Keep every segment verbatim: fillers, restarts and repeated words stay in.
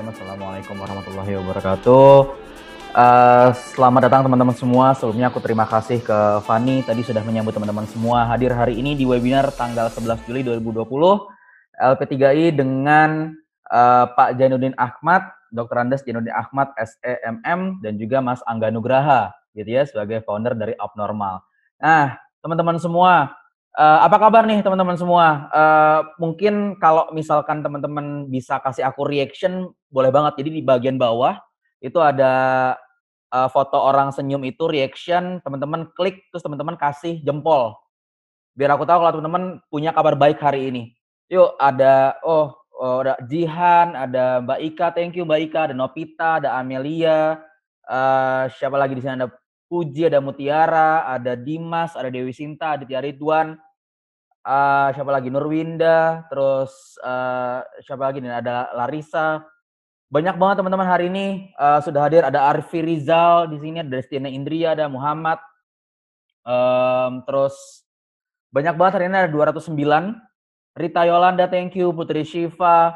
Bismillahirrahmanirrahim. Assalamualaikum warahmatullahi wabarakatuh. Uh, selamat datang teman-teman semua. Sebelumnya aku terima kasih ke Fani tadi sudah menyambut teman-teman semua hadir hari ini di webinar tanggal sebelas Juli dua ribu dua puluh L P tiga I dengan uh, Pak Jainuddin Ahmad, doktor Andes Jainuddin Ahmad, S E M M, dan juga Mas Angga Nugraha, gitu ya, sebagai founder dari Abnormal. Nah, teman-teman semua, Uh, apa kabar nih teman-teman semua? Uh, mungkin kalau misalkan teman-teman bisa kasih aku reaction, boleh banget. Jadi di bagian bawah itu ada uh, foto orang senyum itu reaction, teman-teman klik terus teman-teman kasih jempol. Biar aku tahu kalau teman-teman punya kabar baik hari ini. Yuk ada oh, oh ada Jihan, ada Mbak Ika, thank you Mbak Ika, ada Nopita, ada Amelia, uh, siapa lagi di sini ada Puji, ada Mutiara, ada Dimas, ada Dewi Sinta, ada Tia Ridwan, uh, siapa lagi Nurwinda, terus uh, siapa lagi nih ada Larissa. Banyak banget teman-teman hari ini uh, sudah hadir. Ada Arfi Rizal di sini, ada Destina Indria, ada Muhammad. Um, terus banyak banget hari ini ada dua ratus sembilan. Rita Yolanda, thank you. Putri Shiva.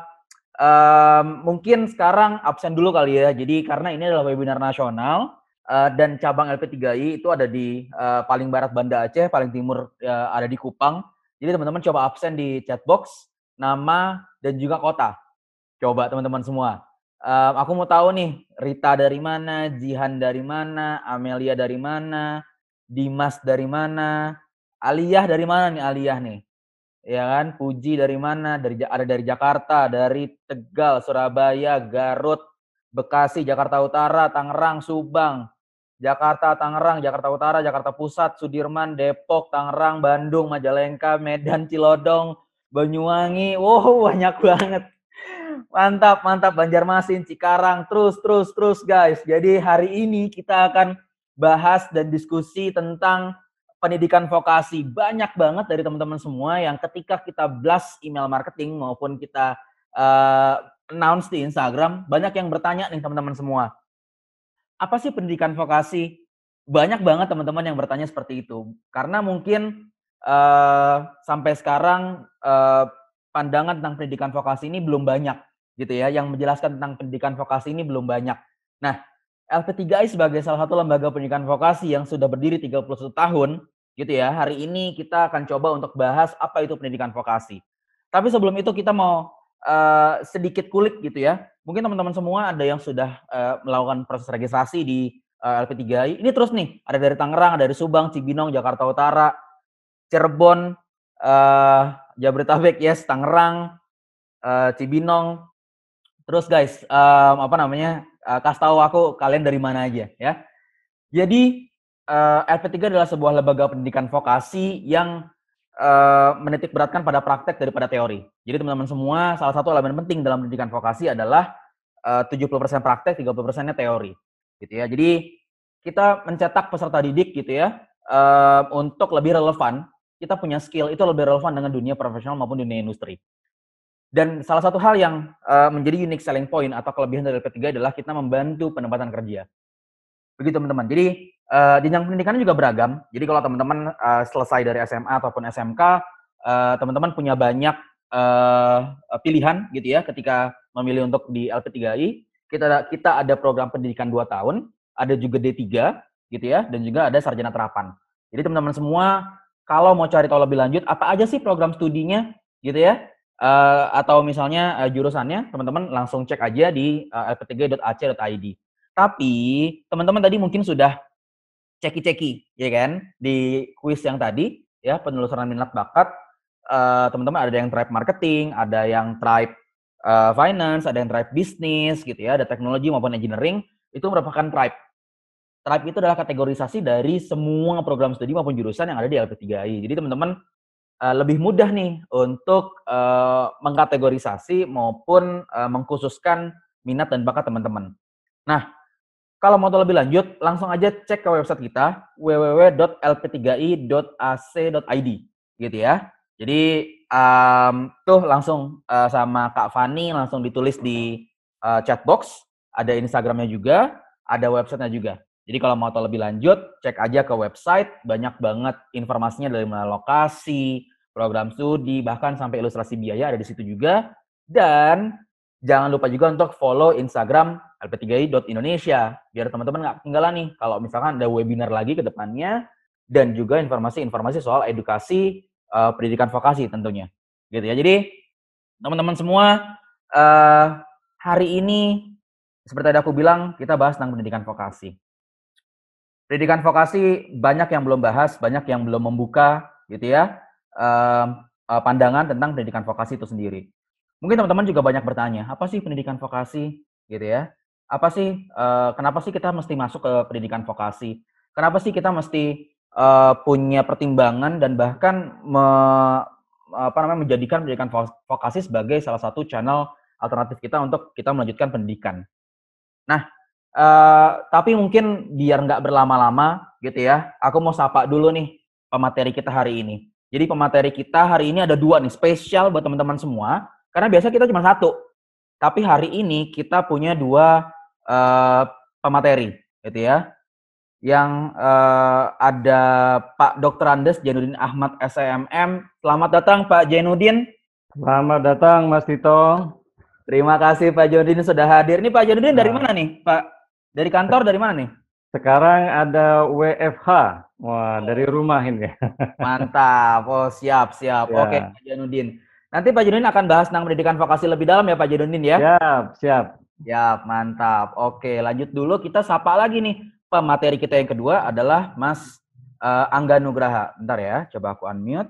Um, mungkin sekarang absen dulu kali ya. Jadi karena ini adalah webinar nasional. Uh, dan cabang L P tiga I itu ada di uh, paling barat Banda Aceh, paling timur uh, ada di Kupang. Jadi teman-teman coba absen di chatbox, nama dan juga kota. Coba teman-teman semua. Uh, aku mau tahu nih, Rita dari mana, Jihan dari mana, Amelia dari mana, Dimas dari mana, Aliyah dari mana nih Aliyah nih? Ya kan, Puji dari mana? Dari ada dari Jakarta, dari Tegal, Surabaya, Garut, Bekasi, Jakarta Utara, Tangerang, Subang, Jakarta, Tangerang, Jakarta Utara, Jakarta Pusat, Sudirman, Depok, Tangerang, Bandung, Majalengka, Medan, Cilodong, Banyuwangi. Wow, banyak banget. Mantap, mantap. Banjarmasin, Cikarang, terus, terus, terus guys. Jadi hari ini kita akan bahas dan diskusi tentang pendidikan vokasi. Banyak banget dari teman-teman semua yang ketika kita blast email marketing maupun kita uh, announce di Instagram, banyak yang bertanya nih teman-teman semua. Apa sih pendidikan vokasi? Banyak banget teman-teman yang bertanya seperti itu. Karena mungkin uh, sampai sekarang uh, pandangan tentang pendidikan vokasi ini belum banyak gitu ya, yang menjelaskan tentang pendidikan vokasi ini belum banyak. Nah, L P tiga I sebagai salah satu lembaga pendidikan vokasi yang sudah berdiri tiga puluh satu tahun gitu ya, hari ini kita akan coba untuk bahas apa itu pendidikan vokasi. Tapi sebelum itu kita mau uh, sedikit kulik gitu ya. Mungkin teman-teman semua ada yang sudah uh, melakukan proses registrasi di uh, L P tiga I. Ini terus nih, ada dari Tangerang, ada dari Subang, Cibinong, Jakarta Utara, Cirebon, uh, Jabodetabek, yes, Tangerang, uh, Cibinong. Terus guys, um, apa namanya, uh, kasih tahu aku kalian dari mana aja ya. Jadi uh, L P tiga adalah sebuah lembaga pendidikan vokasi yang uh, menitik beratkan pada praktek daripada teori. Jadi teman-teman semua, salah satu elemen penting dalam pendidikan vokasi adalah uh, tujuh puluh persen praktek, tiga puluh persen-nya teori. Gitu ya. Jadi kita mencetak peserta didik gitu ya, uh, untuk lebih relevan. Kita punya skill itu lebih relevan dengan dunia profesional maupun dunia industri. Dan salah satu hal yang uh, menjadi unique selling point atau kelebihan dari L P tiga adalah kita membantu penempatan kerja. Begitu teman-teman. Jadi uh, jenjang pendidikannya juga beragam. Jadi kalau teman-teman uh, selesai dari S M A ataupun S M K, uh, teman-teman punya banyak uh, pilihan gitu ya ketika memilih untuk di L P tiga I. Kita kita ada program pendidikan dua tahun, ada juga D tiga gitu ya, dan juga ada sarjana terapan. Jadi teman-teman semua kalau mau cari tahu lebih lanjut apa aja sih program studinya gitu ya, uh, atau misalnya uh, jurusannya, teman-teman langsung cek aja di uh, l p tiga dot a c dot i d. Tapi teman-teman tadi mungkin sudah ceki-ceki ya kan di kuis yang tadi ya, penelusuran minat bakat. Uh, teman-teman ada yang tribe marketing, ada yang tribe uh, finance, ada yang tribe bisnis gitu ya, ada teknologi maupun engineering. Itu merupakan tribe. Tribe itu adalah kategorisasi dari semua program studi maupun jurusan yang ada di L P tiga I. Jadi teman-teman uh, lebih mudah nih untuk uh, mengkategorisasi maupun uh, mengkhususkan minat dan bakat teman-teman. Nah, kalau mau tahu lebih lanjut, langsung aja cek ke website kita w w w dot l p tiga i dot a c dot i d gitu ya. Jadi um, tuh langsung uh, sama Kak Fani langsung ditulis di uh, chatbox, ada Instagramnya juga, ada websitenya juga. Jadi kalau mau tahu lebih lanjut, cek aja ke website, banyak banget informasinya dari mana lokasi, program studi, bahkan sampai ilustrasi biaya ada di situ juga. Dan Jangan lupa juga untuk follow Instagram L P tiga I dot Indonesia biar teman-teman nggak ketinggalan nih kalau misalkan ada webinar lagi ke depannya dan juga informasi-informasi soal edukasi uh, pendidikan vokasi tentunya. Gitu ya. Jadi teman-teman semua uh, hari ini seperti tadi aku bilang kita bahas tentang pendidikan vokasi. Pendidikan vokasi banyak yang belum bahas, banyak yang belum membuka gitu ya uh, uh, pandangan tentang pendidikan vokasi itu sendiri. Mungkin teman-teman juga banyak bertanya, apa sih pendidikan vokasi, gitu ya? Apa sih, uh, kenapa sih kita mesti masuk ke pendidikan vokasi? Kenapa sih kita mesti uh, punya pertimbangan dan bahkan me, apa namanya menjadikan pendidikan vokasi sebagai salah satu channel alternatif kita untuk kita melanjutkan pendidikan? Nah, uh, tapi mungkin biar nggak berlama-lama, gitu ya, aku mau sapa dulu nih pemateri kita hari ini. Jadi pemateri kita hari ini ada dua nih, spesial buat teman-teman semua. Karena biasa kita cuma satu, tapi hari ini kita punya dua uh, pemateri, gitu ya. Yang uh, ada Pak Doktor Andes Jainuddin Ahmad S M M. Selamat datang Pak Jainuddin. Selamat datang Mas Tito. Terima kasih Pak Jainuddin sudah hadir. Nih Pak Jainuddin nah. dari mana nih Pak? Dari kantor dari mana nih? Sekarang ada W F H. Wah, dari rumah ini. Mantap. Oh, siap, siap. Ya. Oke, Pak Jainuddin. Nanti Pak Jainuddin akan bahas tentang pendidikan vokasi lebih dalam ya Pak Jainuddin ya? Siap, siap. Siap, mantap. Oke, lanjut dulu kita sapa lagi nih. Pemateri kita yang kedua adalah Mas uh, Angga Nugraha. Bentar ya, coba aku unmute.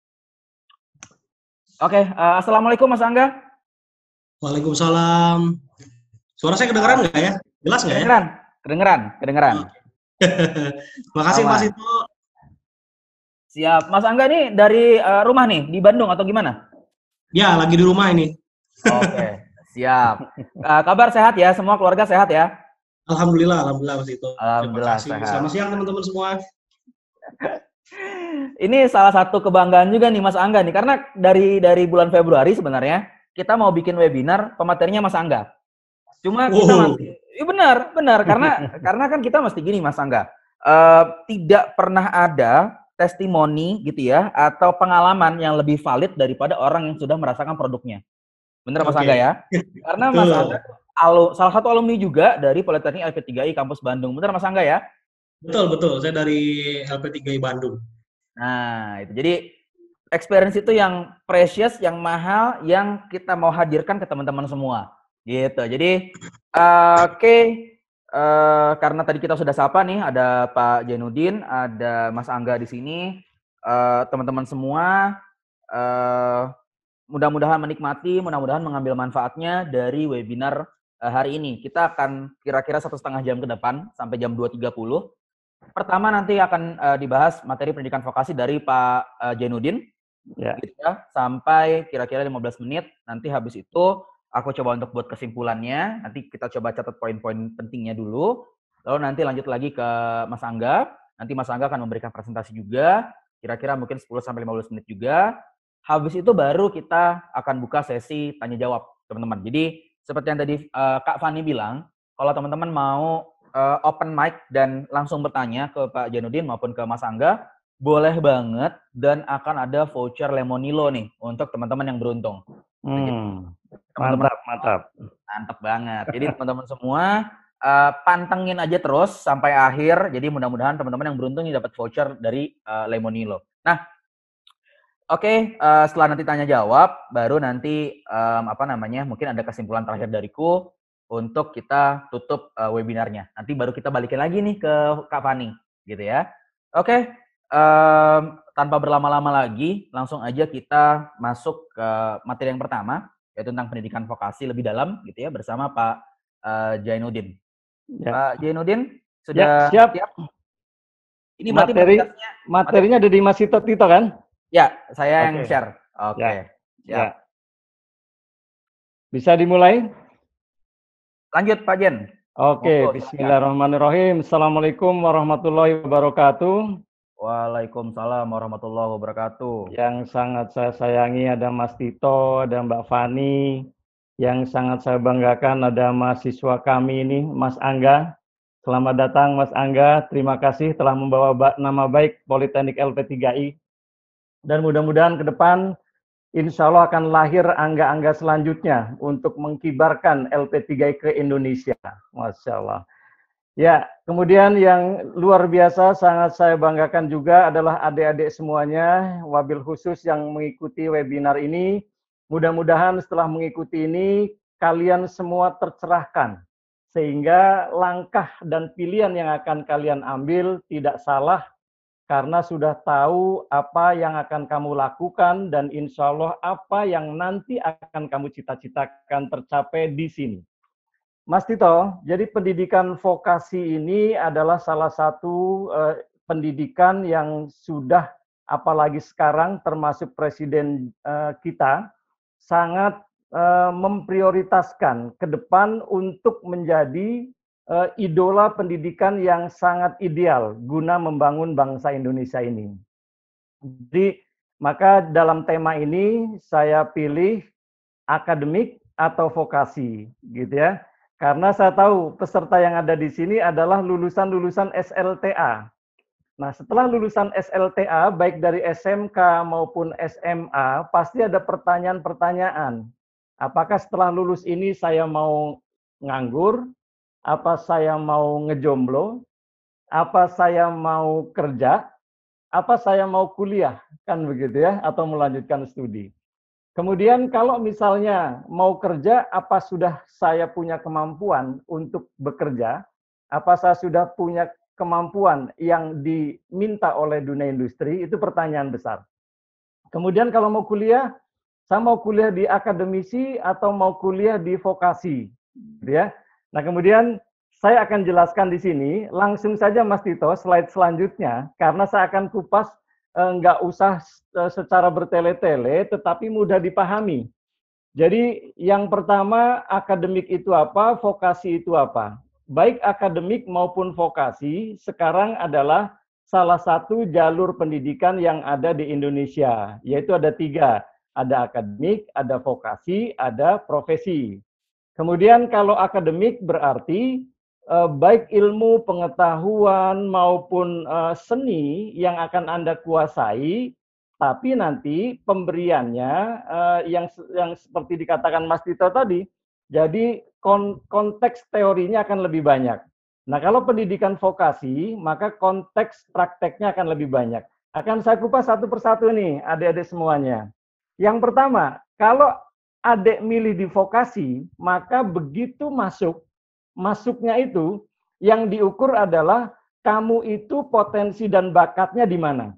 Oke, uh, Assalamualaikum Mas Angga. Waalaikumsalam. Suara saya kedengeran nggak ya? Jelas nggak ya? Kedengeran, kedengeran, kedengeran. Makasih Mas itu. Siap. Mas Angga nih dari uh, rumah nih, di Bandung atau gimana? Ya, lagi di rumah ini. Oke, siap. Uh, kabar sehat ya? Semua keluarga sehat ya? Alhamdulillah, alhamdulillah Mas itu. Alhamdulillah Terima kasih. sehat. Selamat siang teman-teman semua. Ini salah satu kebanggaan juga nih Mas Angga nih, karena dari dari bulan Februari sebenarnya kita mau bikin webinar pematerinya Mas Angga. Cuma oh. kita masih, ya benar, benar karena karena kan kita mesti gini Mas Angga, uh, tidak pernah ada testimoni gitu ya atau pengalaman yang lebih valid daripada orang yang sudah merasakan produknya. Benar Mas okay. Angga ya? Karena Mas Angga alu, salah satu alumni juga dari Politeknik L P tiga I Kampus Bandung. Benar Mas Angga ya? Betul, betul. Saya dari L P tiga I Bandung. Nah, itu. Jadi experience itu yang precious, yang mahal, yang kita mau hadirkan ke teman-teman semua. Gitu. Jadi uh, oke okay. uh, karena tadi kita sudah sapa nih, ada Pak Jainuddin, ada Mas Angga di sini. Uh, teman-teman semua uh, mudah-mudahan menikmati, mudah-mudahan mengambil manfaatnya dari webinar uh, hari ini. Kita akan kira-kira satu setengah jam ke depan sampai jam dua tiga puluh. Pertama nanti akan uh, dibahas materi pendidikan vokasi dari Pak uh, Jainuddin, ya. Gitu ya, sampai kira-kira lima belas menit. Nanti habis itu aku coba untuk buat kesimpulannya. Nanti kita coba catat poin-poin pentingnya dulu. Lalu nanti lanjut lagi ke Mas Angga. Nanti Mas Angga akan memberikan presentasi juga. Kira-kira mungkin sepuluh sampai lima belas menit juga. Habis itu baru kita akan buka sesi tanya jawab, teman-teman. Jadi seperti yang tadi uh, Kak Fani bilang, kalau teman-teman mau uh, open mic dan langsung bertanya ke Pak Jainuddin maupun ke Mas Angga, boleh banget dan akan ada voucher Lemonilo nih untuk teman-teman yang beruntung. Hmm, teman-teman, mantap, mantap. Mantap banget. Jadi teman-teman semua uh, pantengin aja terus sampai akhir. Jadi mudah-mudahan teman-teman yang beruntung ini dapat voucher dari uh, Lemonilo. Nah, oke, okay, uh, setelah nanti tanya jawab, baru nanti um, apa namanya? Mungkin ada kesimpulan terakhir dariku untuk kita tutup uh, webinarnya. Nanti baru kita balikin lagi nih ke Kak Fani, gitu ya. Oke, okay, um, tanpa berlama-lama lagi, langsung aja kita masuk ke materi yang pertama, yaitu tentang pendidikan vokasi lebih dalam, gitu ya, bersama Pak uh, Jainuddin. Ya. Pak Jainuddin sudah ya, siap. siap. Ini berarti materi materinya materi... ada di Mas Tito Tito kan? Ya, saya okay. yang share. Oke. Okay. Ya. Ya. Bisa dimulai? Lanjut Pak Jen. Oke, okay. Bismillahirrahmanirrahim. Assalamualaikum warahmatullahi wabarakatuh. Waalaikumsalam warahmatullahi wabarakatuh. Yang sangat saya sayangi ada Mas Tito, ada Mbak Fani. Yang sangat saya banggakan ada mahasiswa kami ini, Mas Angga. Selamat datang Mas Angga. Terima kasih telah membawa nama baik Politeknik L P tiga I. Dan mudah-mudahan ke depan insya Allah akan lahir angga-angga selanjutnya untuk mengkibarkan L P tiga I ke Indonesia. Masya Allah. Ya, kemudian yang luar biasa sangat saya banggakan juga adalah adik-adik semuanya, wabil khusus yang mengikuti webinar ini. Mudah-mudahan setelah mengikuti ini, kalian semua tercerahkan. Sehingga langkah dan pilihan yang akan kalian ambil tidak salah, karena sudah tahu apa yang akan kamu lakukan, dan insya Allah apa yang nanti akan kamu cita-citakan tercapai di sini. Mas Tito, jadi pendidikan vokasi ini adalah salah satu eh, pendidikan yang sudah, apalagi sekarang termasuk presiden eh, kita, sangat eh, memprioritaskan ke depan untuk menjadi eh, idola pendidikan yang sangat ideal guna membangun bangsa Indonesia ini. Jadi, maka dalam tema ini saya pilih akademik atau vokasi, gitu ya. Karena saya tahu peserta yang ada di sini adalah lulusan-lulusan S L T A. Nah, setelah lulusan S L T A, baik dari S M K maupun S M A, pasti ada pertanyaan-pertanyaan. Apakah setelah lulus ini saya mau nganggur? Apa saya mau ngejomblo? Apa saya mau kerja? Apa saya mau kuliah? Kan begitu ya, atau melanjutkan studi. Kemudian kalau misalnya mau kerja, apa sudah saya punya kemampuan untuk bekerja? Apa saya sudah punya kemampuan yang diminta oleh dunia industri? Itu pertanyaan besar. Kemudian kalau mau kuliah, saya mau kuliah di akademisi atau mau kuliah di vokasi, gitu ya. Nah, kemudian saya akan jelaskan di sini, langsung saja Mas Tito, slide selanjutnya, karena saya akan kupas nggak usah secara bertele-tele, tetapi mudah dipahami. Jadi yang pertama, akademik itu apa, vokasi itu apa. Baik akademik maupun vokasi, sekarang adalah salah satu jalur pendidikan yang ada di Indonesia, yaitu ada tiga. Ada akademik, ada vokasi, ada profesi. Kemudian kalau akademik berarti Uh, baik ilmu, pengetahuan, maupun uh, seni yang akan Anda kuasai, tapi nanti pemberiannya uh, yang yang seperti dikatakan Mas Tito tadi, jadi kon konteks teorinya akan lebih banyak. Nah, kalau pendidikan vokasi, maka konteks prakteknya akan lebih banyak. Akan saya kupas satu persatu nih, adik-adik semuanya. Yang pertama, kalau adik milih di vokasi, maka begitu masuk, masuknya itu yang diukur adalah kamu itu potensi dan bakatnya di mana.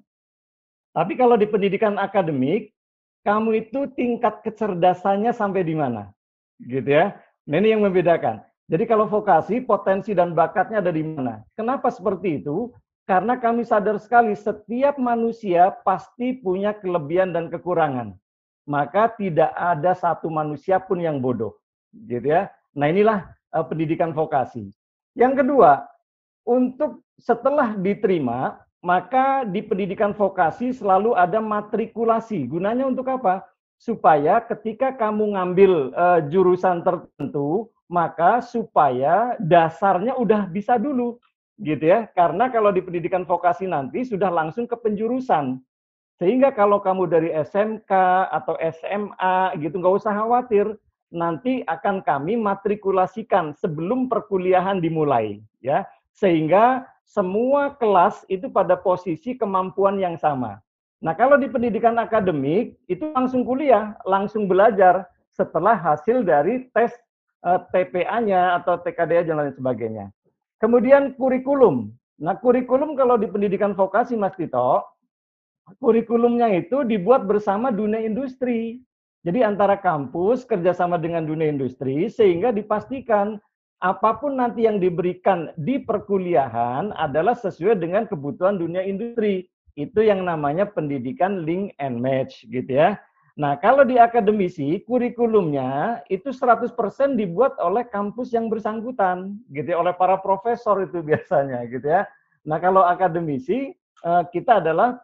Tapi kalau di pendidikan akademik, kamu itu tingkat kecerdasannya sampai di mana. Gitu ya. Nah, ini yang membedakan. Jadi kalau vokasi, potensi dan bakatnya ada di mana. Kenapa seperti itu? Karena kami sadar sekali setiap manusia pasti punya kelebihan dan kekurangan. Maka tidak ada satu manusia pun yang bodoh. Gitu ya. Nah, inilah pendidikan vokasi. Yang kedua, untuk setelah diterima, maka di pendidikan vokasi selalu ada matrikulasi. Gunanya untuk apa? Supaya ketika kamu ngambil uh, jurusan tertentu, maka supaya dasarnya udah bisa dulu, gitu ya. Karena kalau di pendidikan vokasi nanti sudah langsung ke penjurusan. Sehingga kalau kamu dari S M K atau S M A gitu, nggak usah khawatir. Nanti akan kami matrikulasikan sebelum perkuliahan dimulai, ya, sehingga semua kelas itu pada posisi kemampuan yang sama. Nah, kalau di pendidikan akademik itu langsung kuliah, langsung belajar setelah hasil dari tes eh, T P A-nya atau T K D A dan lain sebagainya. Kemudian kurikulum. Nah, kurikulum kalau di pendidikan vokasi, Mas Tito, kurikulumnya itu dibuat bersama dunia industri. Jadi antara kampus kerjasama dengan dunia industri sehingga dipastikan apapun nanti yang diberikan di perkuliahan adalah sesuai dengan kebutuhan dunia industri. Itu yang namanya pendidikan link and match gitu ya. Nah, kalau di akademisi kurikulumnya itu seratus persen dibuat oleh kampus yang bersangkutan gitu ya, oleh para profesor itu biasanya gitu ya. Nah, kalau akademisi kita adalah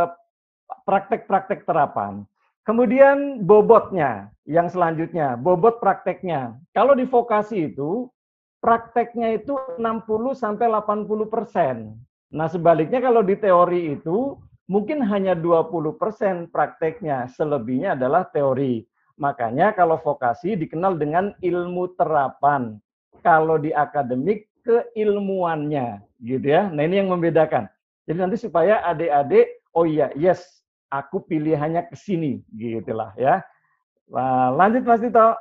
praktek-praktek terapan. Kemudian bobotnya yang selanjutnya, bobot prakteknya. Kalau di vokasi itu, prakteknya itu enam puluh sampai delapan puluh persen. Nah, sebaliknya kalau di teori itu, mungkin hanya dua puluh persen prakteknya, selebihnya adalah teori. Makanya kalau vokasi dikenal dengan ilmu terapan. Kalau di akademik, keilmuannya, gitu ya. Nah, ini yang membedakan. Jadi nanti supaya adik-adik, oh iya, yes, aku pilihannya ke sini, gitulah ya. Nah, lanjut Mas Tito.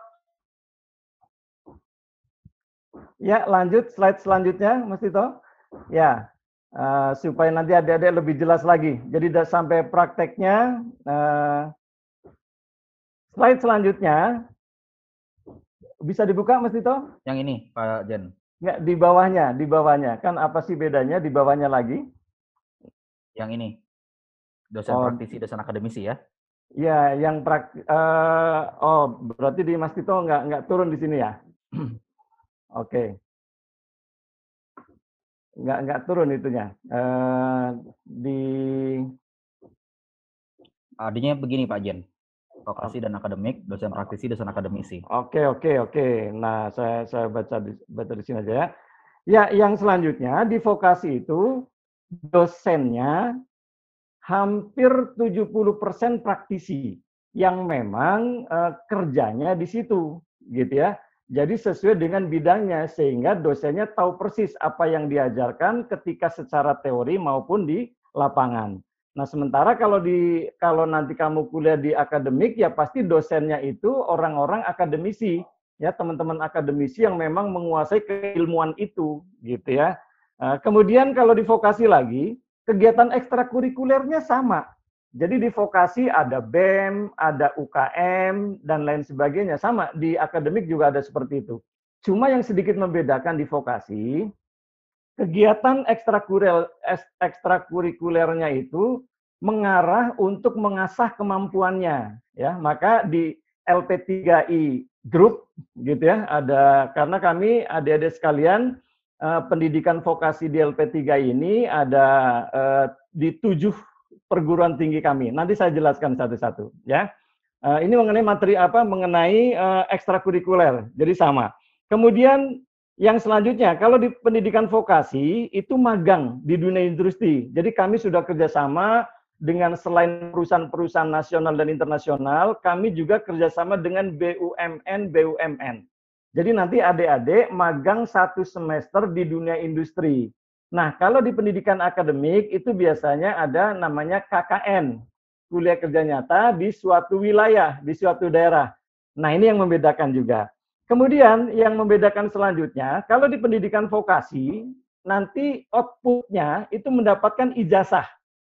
Ya, lanjut slide selanjutnya, Mas Tito. Ya, uh, supaya nanti adik-adik lebih jelas lagi. Jadi sampai prakteknya, uh, slide selanjutnya bisa dibuka, Mas Tito? Yang ini, Pak Jen. Ya, di bawahnya, di bawahnya. Kan apa sih bedanya di bawahnya lagi? Yang ini, dosen oh, praktisi, dosen akademisi ya? Ya, yang praktik. Uh, oh, berarti di Mas Tito nggak nggak turun di sini ya? Oke. Okay. Nggak nggak turun itunya. Uh, di adanya begini Pak Jen. Vokasi dan akademik, dosen praktisi, dosen akademisi. Oke, oke, oke. Nah, saya saya baca di, baca di sini aja ya. Ya, yang selanjutnya di vokasi itu dosennya hampir tujuh puluh persen praktisi yang memang uh, kerjanya di situ, gitu ya. Jadi sesuai dengan bidangnya sehingga dosennya tahu persis apa yang diajarkan ketika secara teori maupun di lapangan. Nah, sementara kalau di kalau nanti kamu kuliah di akademik ya pasti dosennya itu orang-orang akademisi, ya teman-teman akademisi yang memang menguasai keilmuan itu, gitu ya. Nah, kemudian kalau di vokasi lagi, kegiatan ekstrakurikulernya sama. Jadi di vokasi ada B E M, ada U K M, dan lain sebagainya. Sama, di akademik juga ada seperti itu. Cuma yang sedikit membedakan di vokasi, kegiatan ekstrakurikulernya itu mengarah untuk mengasah kemampuannya. Ya, maka di L P tiga I Group, gitu ya, ada karena kami adik-adik sekalian, eh, pendidikan vokasi di L P tiga I ini ada eh, di tujuh perguruan tinggi kami. Nanti saya jelaskan satu-satu ya. Uh, ini mengenai materi apa mengenai uh, ekstrakurikuler. Jadi sama. Kemudian yang selanjutnya, kalau di pendidikan vokasi itu magang di dunia industri. Jadi kami sudah kerjasama dengan selain perusahaan-perusahaan nasional dan internasional, kami juga kerjasama dengan B U M N, B U M N. Jadi nanti adik-adik magang satu semester di dunia industri. Nah, kalau di pendidikan akademik itu biasanya ada namanya K K N, kuliah kerja nyata di suatu wilayah, di suatu daerah. Nah, ini yang membedakan juga. Kemudian yang membedakan selanjutnya, kalau di pendidikan vokasi, nanti outputnya itu mendapatkan ijazah.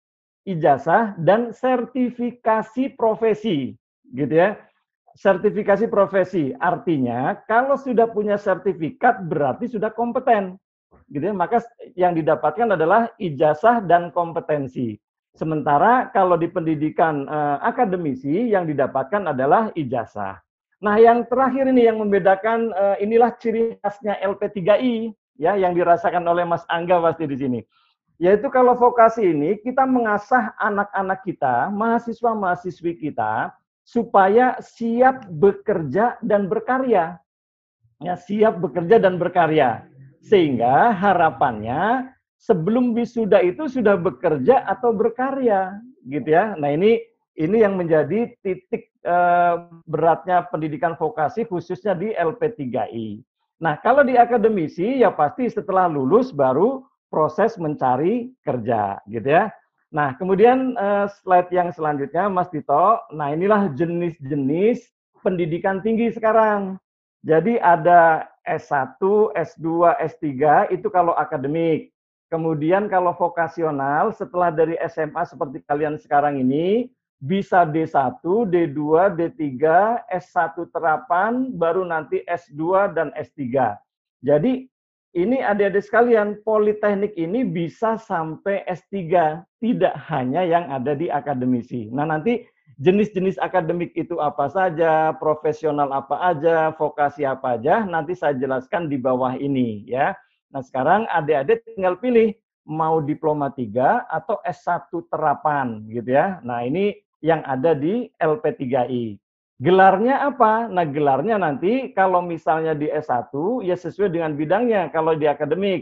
Ijazah dan sertifikasi profesi, gitu ya. Sertifikasi profesi, artinya kalau sudah punya sertifikat berarti sudah kompeten. Gitu ya, maka yang didapatkan adalah ijazah dan kompetensi. Sementara kalau di pendidikan eh, akademisi yang didapatkan adalah ijazah. Nah, yang terakhir ini yang membedakan eh, inilah ciri khasnya L P tiga I ya yang dirasakan oleh Mas Angga pasti di sini. Yaitu kalau vokasi ini kita mengasah anak-anak kita, mahasiswa-mahasiswi kita supaya siap bekerja dan berkarya. Ya, siap bekerja dan berkarya. Sehingga harapannya sebelum wisuda itu sudah bekerja atau berkarya, gitu ya. Nah, ini ini yang menjadi titik eh, beratnya pendidikan vokasi khususnya di L P tiga I. Nah, kalau di akademisi ya pasti setelah lulus baru proses mencari kerja, gitu ya. Nah, kemudian eh, slide yang selanjutnya Mas Tito. Nah, inilah jenis-jenis pendidikan tinggi sekarang. Jadi ada S satu, S dua, S tiga itu kalau akademik. Kemudian kalau vokasional setelah dari S M A seperti kalian sekarang ini bisa D satu, D dua, D tiga, S satu terapan, baru nanti S dua dan S tiga. Jadi ini adik-adik sekalian, politeknik ini bisa sampai S tiga, tidak hanya yang ada di akademisi. Nah, nanti jenis-jenis akademik itu apa saja, profesional apa aja, vokasi apa aja, nanti saya jelaskan di bawah ini ya. Nah, sekarang adik-adik tinggal pilih mau diploma tiga atau S satu terapan gitu ya. Nah, ini yang ada di L P tiga I. Gelarnya apa? Nah, gelarnya nanti kalau misalnya di S satu ya sesuai dengan bidangnya kalau di akademik.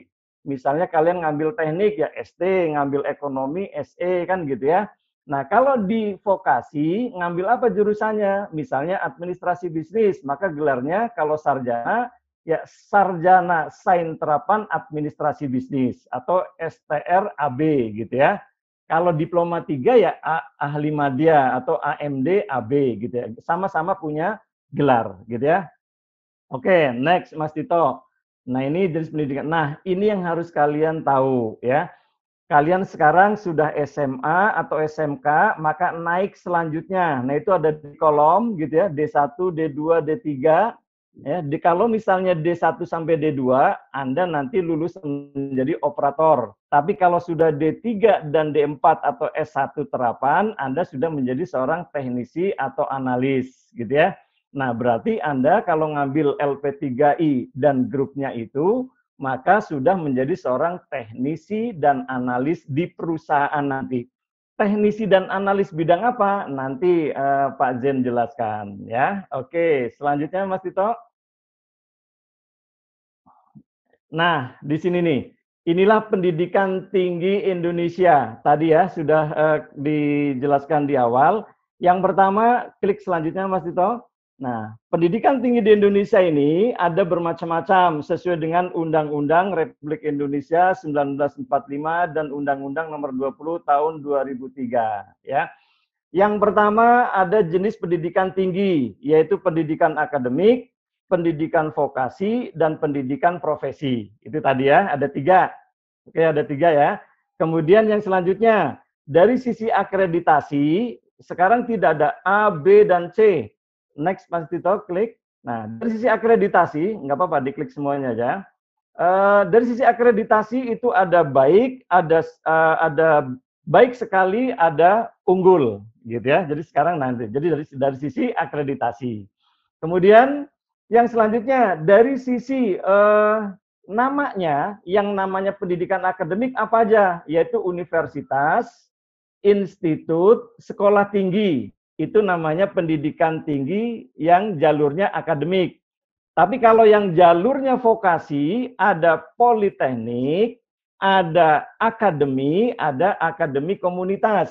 Misalnya kalian ngambil teknik ya S T, ngambil ekonomi S E kan gitu ya. Nah, kalau di vokasi ngambil apa jurusannya? Misalnya administrasi bisnis, maka gelarnya kalau sarjana ya sarjana sains terapan administrasi bisnis atau S T R A B gitu ya. Kalau diploma tiga ya ahli madya atau A M D A B gitu ya. Sama-sama punya gelar gitu ya. Oke, next Mas Tito. Nah, ini jenis pendidikan. Nah, ini yang harus kalian tahu ya. Kalian sekarang sudah S M A atau S M K, maka naik selanjutnya. Nah, itu ada di kolom gitu ya, D satu, D dua, D tiga. Ya, di kalau misalnya D satu sampai D dua, Anda nanti lulus menjadi operator. Tapi kalau sudah D tiga dan D empat atau S satu terapan, Anda sudah menjadi seorang teknisi atau analis gitu ya. Nah, berarti Anda kalau ngambil L P tiga I dan grupnya itu, maka sudah menjadi seorang teknisi dan analis di perusahaan nanti. Teknisi dan analis bidang apa? Nanti uh, Pak Zen jelaskan ya. Oke, selanjutnya Mas Tito. Nah, di sini nih. Inilah pendidikan tinggi Indonesia. Tadi ya sudah uh, dijelaskan di awal. Yang pertama, klik selanjutnya Mas Tito. Nah, pendidikan tinggi di Indonesia ini ada bermacam-macam sesuai dengan Undang-Undang Republik Indonesia seribu sembilan ratus empat puluh lima dan Undang-Undang Nomor dua puluh Tahun dua ribu tiga. Ya, yang pertama ada jenis pendidikan tinggi, yaitu pendidikan akademik, pendidikan vokasi, dan pendidikan profesi. Itu tadi ya, ada tiga. Oke, ada tiga ya. Kemudian yang selanjutnya dari sisi akreditasi sekarang tidak ada A, B, dan C. Next, Mas Tito, klik. Nah, dari sisi akreditasi, nggak apa-apa, diklik semuanya aja. Uh, dari sisi akreditasi itu ada baik, ada uh, ada baik sekali, ada unggul, gitu ya. Jadi sekarang nanti, jadi dari dari sisi akreditasi. Kemudian yang selanjutnya dari sisi uh, namanya, yang namanya pendidikan akademik apa aja, yaitu universitas, institut, sekolah tinggi. Itu namanya pendidikan tinggi yang jalurnya akademik. Tapi kalau yang jalurnya vokasi, ada politeknik, ada akademi, ada akademi komunitas.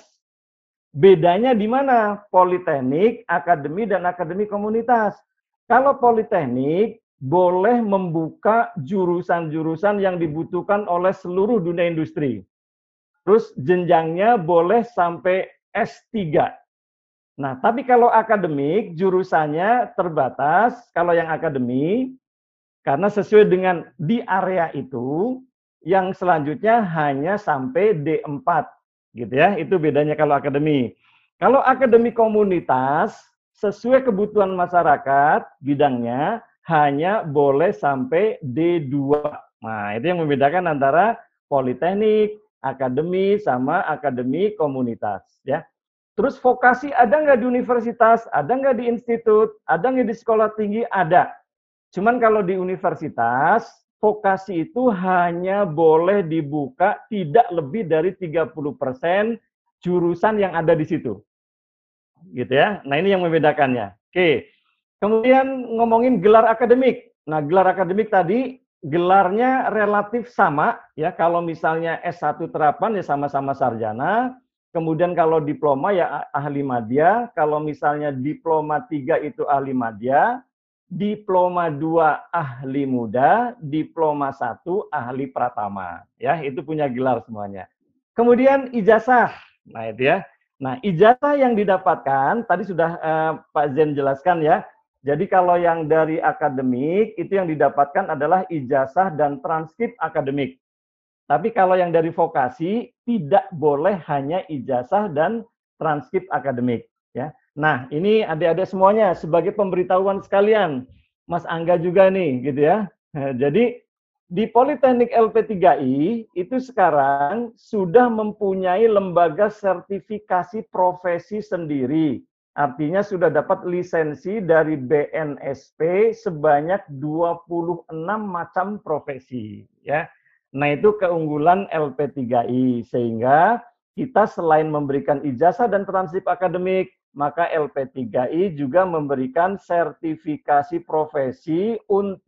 Bedanya di mana? Politeknik, akademi, dan akademi komunitas. Kalau politeknik, boleh membuka jurusan-jurusan yang dibutuhkan oleh seluruh dunia industri. Terus jenjangnya boleh sampai S tiga. Nah, tapi kalau akademik, jurusannya terbatas, kalau yang akademi, karena sesuai dengan di area itu, yang selanjutnya hanya sampai D empat, gitu ya, itu bedanya kalau akademi. Kalau akademi komunitas, sesuai kebutuhan masyarakat, bidangnya hanya boleh sampai D dua. Nah, itu yang membedakan antara politeknik, akademi, sama akademi komunitas, ya. Terus vokasi ada nggak di universitas, ada nggak di institut, ada nggak di sekolah tinggi, ada. Cuman kalau di universitas, vokasi itu hanya boleh dibuka tidak lebih dari tiga puluh persen jurusan yang ada di situ. Gitu ya. Nah, ini yang membedakannya. Oke. Kemudian ngomongin gelar akademik. Nah, gelar akademik tadi gelarnya relatif sama ya. Kalau misalnya S satu terapan ya sama-sama sarjana. Kemudian kalau diploma ya ahli madya, kalau misalnya diploma tiga itu ahli madya, diploma dua ahli muda, diploma satu ahli pratama. Ya, itu punya gelar semuanya. Kemudian ijazah. Nah, itu ya. Nah, ijazah yang didapatkan tadi sudah eh, Pak Zen jelaskan ya. Jadi kalau yang dari akademik itu yang didapatkan adalah ijazah dan transkrip akademik. Tapi kalau yang dari vokasi tidak boleh hanya ijazah dan transkrip akademik, ya. Nah, ini adik-adik semuanya sebagai pemberitahuan sekalian, Mas Angga juga nih, gitu ya. Jadi di Politeknik L P tiga I itu sekarang sudah mempunyai lembaga sertifikasi profesi sendiri. Artinya sudah dapat lisensi dari B N S P sebanyak dua puluh enam macam profesi, ya. Nah, itu keunggulan L P tiga I, sehingga kita selain memberikan ijazah dan transkrip akademik, maka L P tiga I juga memberikan sertifikasi profesi untuk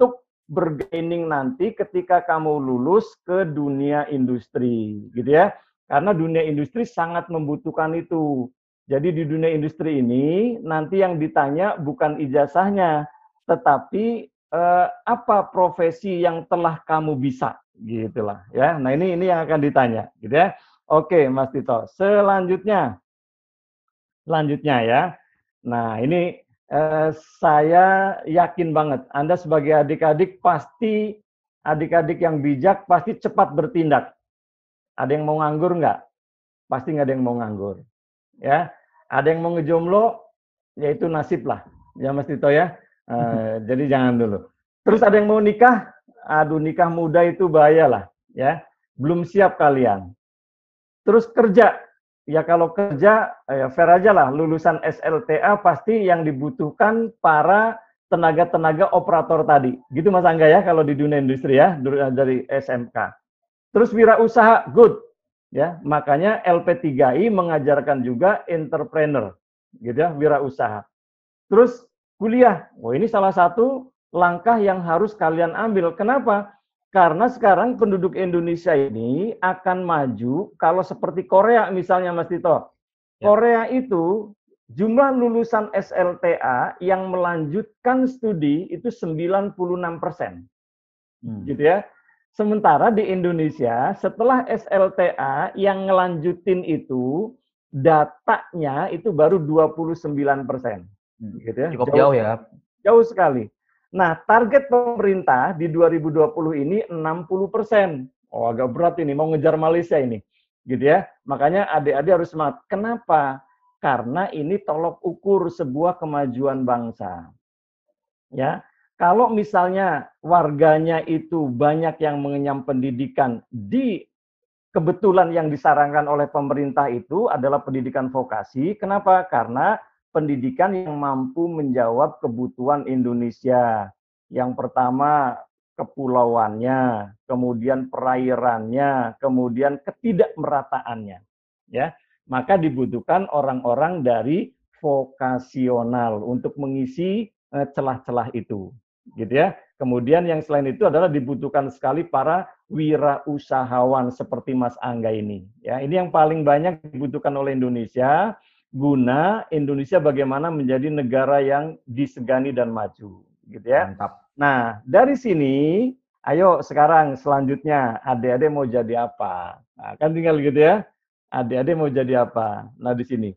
bergaining nanti ketika kamu lulus ke dunia industri, gitu ya. Karena dunia industri sangat membutuhkan itu. Jadi di dunia industri ini nanti yang ditanya bukan ijazahnya, tetapi eh, apa profesi yang telah kamu bisa, gitulah ya. Nah ini ini yang akan ditanya, gitu ya. Oke, Mas Tito. Selanjutnya, selanjutnya ya. Nah ini eh, saya yakin banget Anda sebagai adik-adik pasti adik-adik yang bijak pasti cepat bertindak. Ada yang mau nganggur nggak? Pasti nggak ada yang mau nganggur. Ya, ada yang mau ngejomblo, yaitu nasib lah. Ya Mas Tito ya. Eh, jadi jangan dulu. Terus ada yang mau nikah, aduh nikah muda itu bahaya lah. Ya, belum siap kalian. Terus kerja, ya kalau kerja, ya fair aja lah, lulusan S L T A pasti yang dibutuhkan para tenaga-tenaga operator tadi. Gitu Mas Angga ya, kalau di dunia industri ya, dari S M K. Terus wirausaha, good. Ya, makanya L P tiga I mengajarkan juga entrepreneur, gitu ya, wirausaha. Terus kuliah, oh ini salah satu langkah yang harus kalian ambil. Kenapa? Karena sekarang penduduk Indonesia ini akan maju kalau seperti Korea misalnya Mas Tito. Korea itu jumlah lulusan S L T A yang melanjutkan studi itu sembilan puluh enam persen. Hmm. Gitu ya. Sementara di Indonesia setelah S L T A yang ngelanjutin itu datanya itu baru dua puluh sembilan persen. Gitu ya. Cukup jauh, jauh ya. Jauh sekali. Nah, target pemerintah di dua ribu dua puluh ini enam puluh persen. Oh, agak berat ini, mau ngejar Malaysia ini. Gitu ya. Makanya adik-adik harus semangat. Kenapa? Karena ini tolok ukur sebuah kemajuan bangsa. Ya. Kalau misalnya warganya itu banyak yang mengenyam pendidikan di kebetulan yang disarankan oleh pemerintah itu adalah pendidikan vokasi. Kenapa? Karena pendidikan yang mampu menjawab kebutuhan Indonesia. Yang pertama kepulauannya, kemudian perairannya, kemudian ketidakmerataannya. Ya, maka dibutuhkan orang-orang dari vokasional untuk mengisi celah-celah itu, gitu ya. Kemudian yang selain itu adalah dibutuhkan sekali para wirausahawan seperti Mas Angga ini. Ya, ini yang paling banyak dibutuhkan oleh Indonesia. Guna Indonesia bagaimana menjadi negara yang disegani dan maju, gitu ya. Mantap. Nah, dari sini, ayo sekarang selanjutnya, adik-adik mau jadi apa? Nah, kan tinggal gitu ya, adik-adik mau jadi apa? Nah, di sini.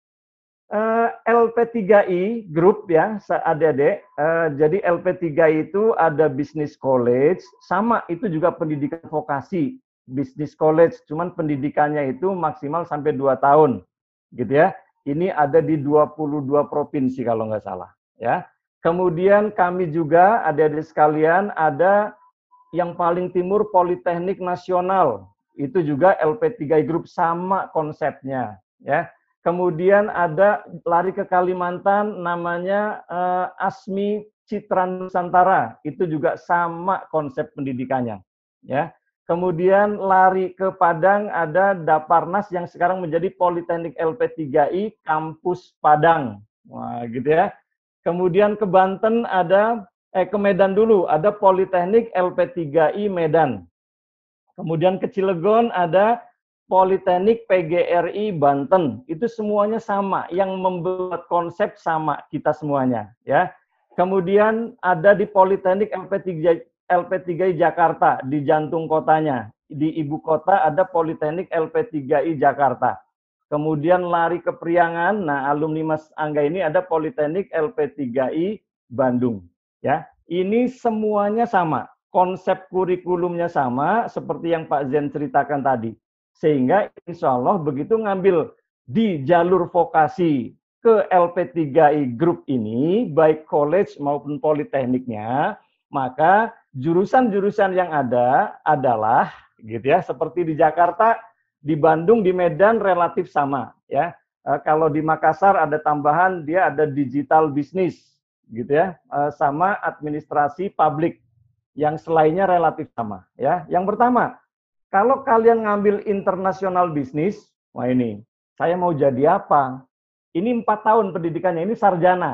Uh, L P tiga I Group ya, adik-adik. Uh, jadi L P tiga I itu ada Business College, sama itu juga pendidikan vokasi. Business College, cuman pendidikannya itu maksimal sampai dua tahun. Gitu ya. Ini ada di dua puluh dua provinsi kalau nggak salah, ya. Kemudian kami juga adik-adik sekalian ada yang paling timur Politeknik Nasional. Itu juga L P tiga I Group sama konsepnya, ya. Kemudian ada lari ke Kalimantan namanya uh, Asmi Citra Nusantara. Itu juga sama konsep pendidikannya, ya. Kemudian lari ke Padang ada Daparnas yang sekarang menjadi Politeknik L P tiga I Kampus Padang. Wah, gitu ya. Kemudian ke Banten ada, eh ke Medan dulu, ada Politeknik L P tiga I Medan. Kemudian ke Cilegon ada Politeknik P G R I Banten. Itu semuanya sama, yang membuat konsep sama kita semuanya. Ya. Kemudian ada di Politeknik L P tiga I L P tiga I Jakarta, di jantung kotanya. Di ibu kota ada Politeknik L P tiga I Jakarta. Kemudian lari ke Priangan, nah alumni Mas Angga ini ada Politeknik L P tiga I Bandung. Ya, ini semuanya sama, konsep kurikulumnya sama, seperti yang Pak Zen ceritakan tadi. Sehingga insya Allah begitu ngambil di jalur vokasi ke L P tiga I Group ini, baik college maupun politekniknya, maka jurusan-jurusan yang ada adalah gitu ya, seperti di Jakarta, di Bandung, di Medan relatif sama ya. E, kalau di Makassar ada tambahan, dia ada digital business gitu ya, e, sama administrasi publik. Yang selainnya relatif sama ya. Yang pertama, kalau kalian ngambil international business, wah ini, saya mau jadi apa? Ini empat tahun pendidikannya, ini sarjana.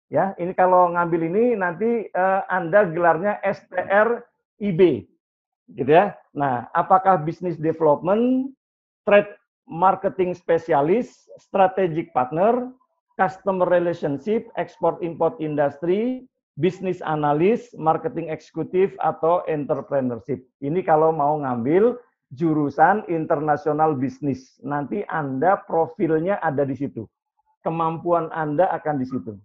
Ya, ini kalau ngambil ini nanti uh, Anda gelarnya S T R I B, gitu ya. Nah, apakah business development, trade marketing spesialis, strategic partner, customer relationship, export import industry, business analyst, marketing eksekutif, atau entrepreneurship. Ini kalau mau ngambil jurusan international business. Nanti Anda profilnya ada di situ. Kemampuan Anda akan di situ.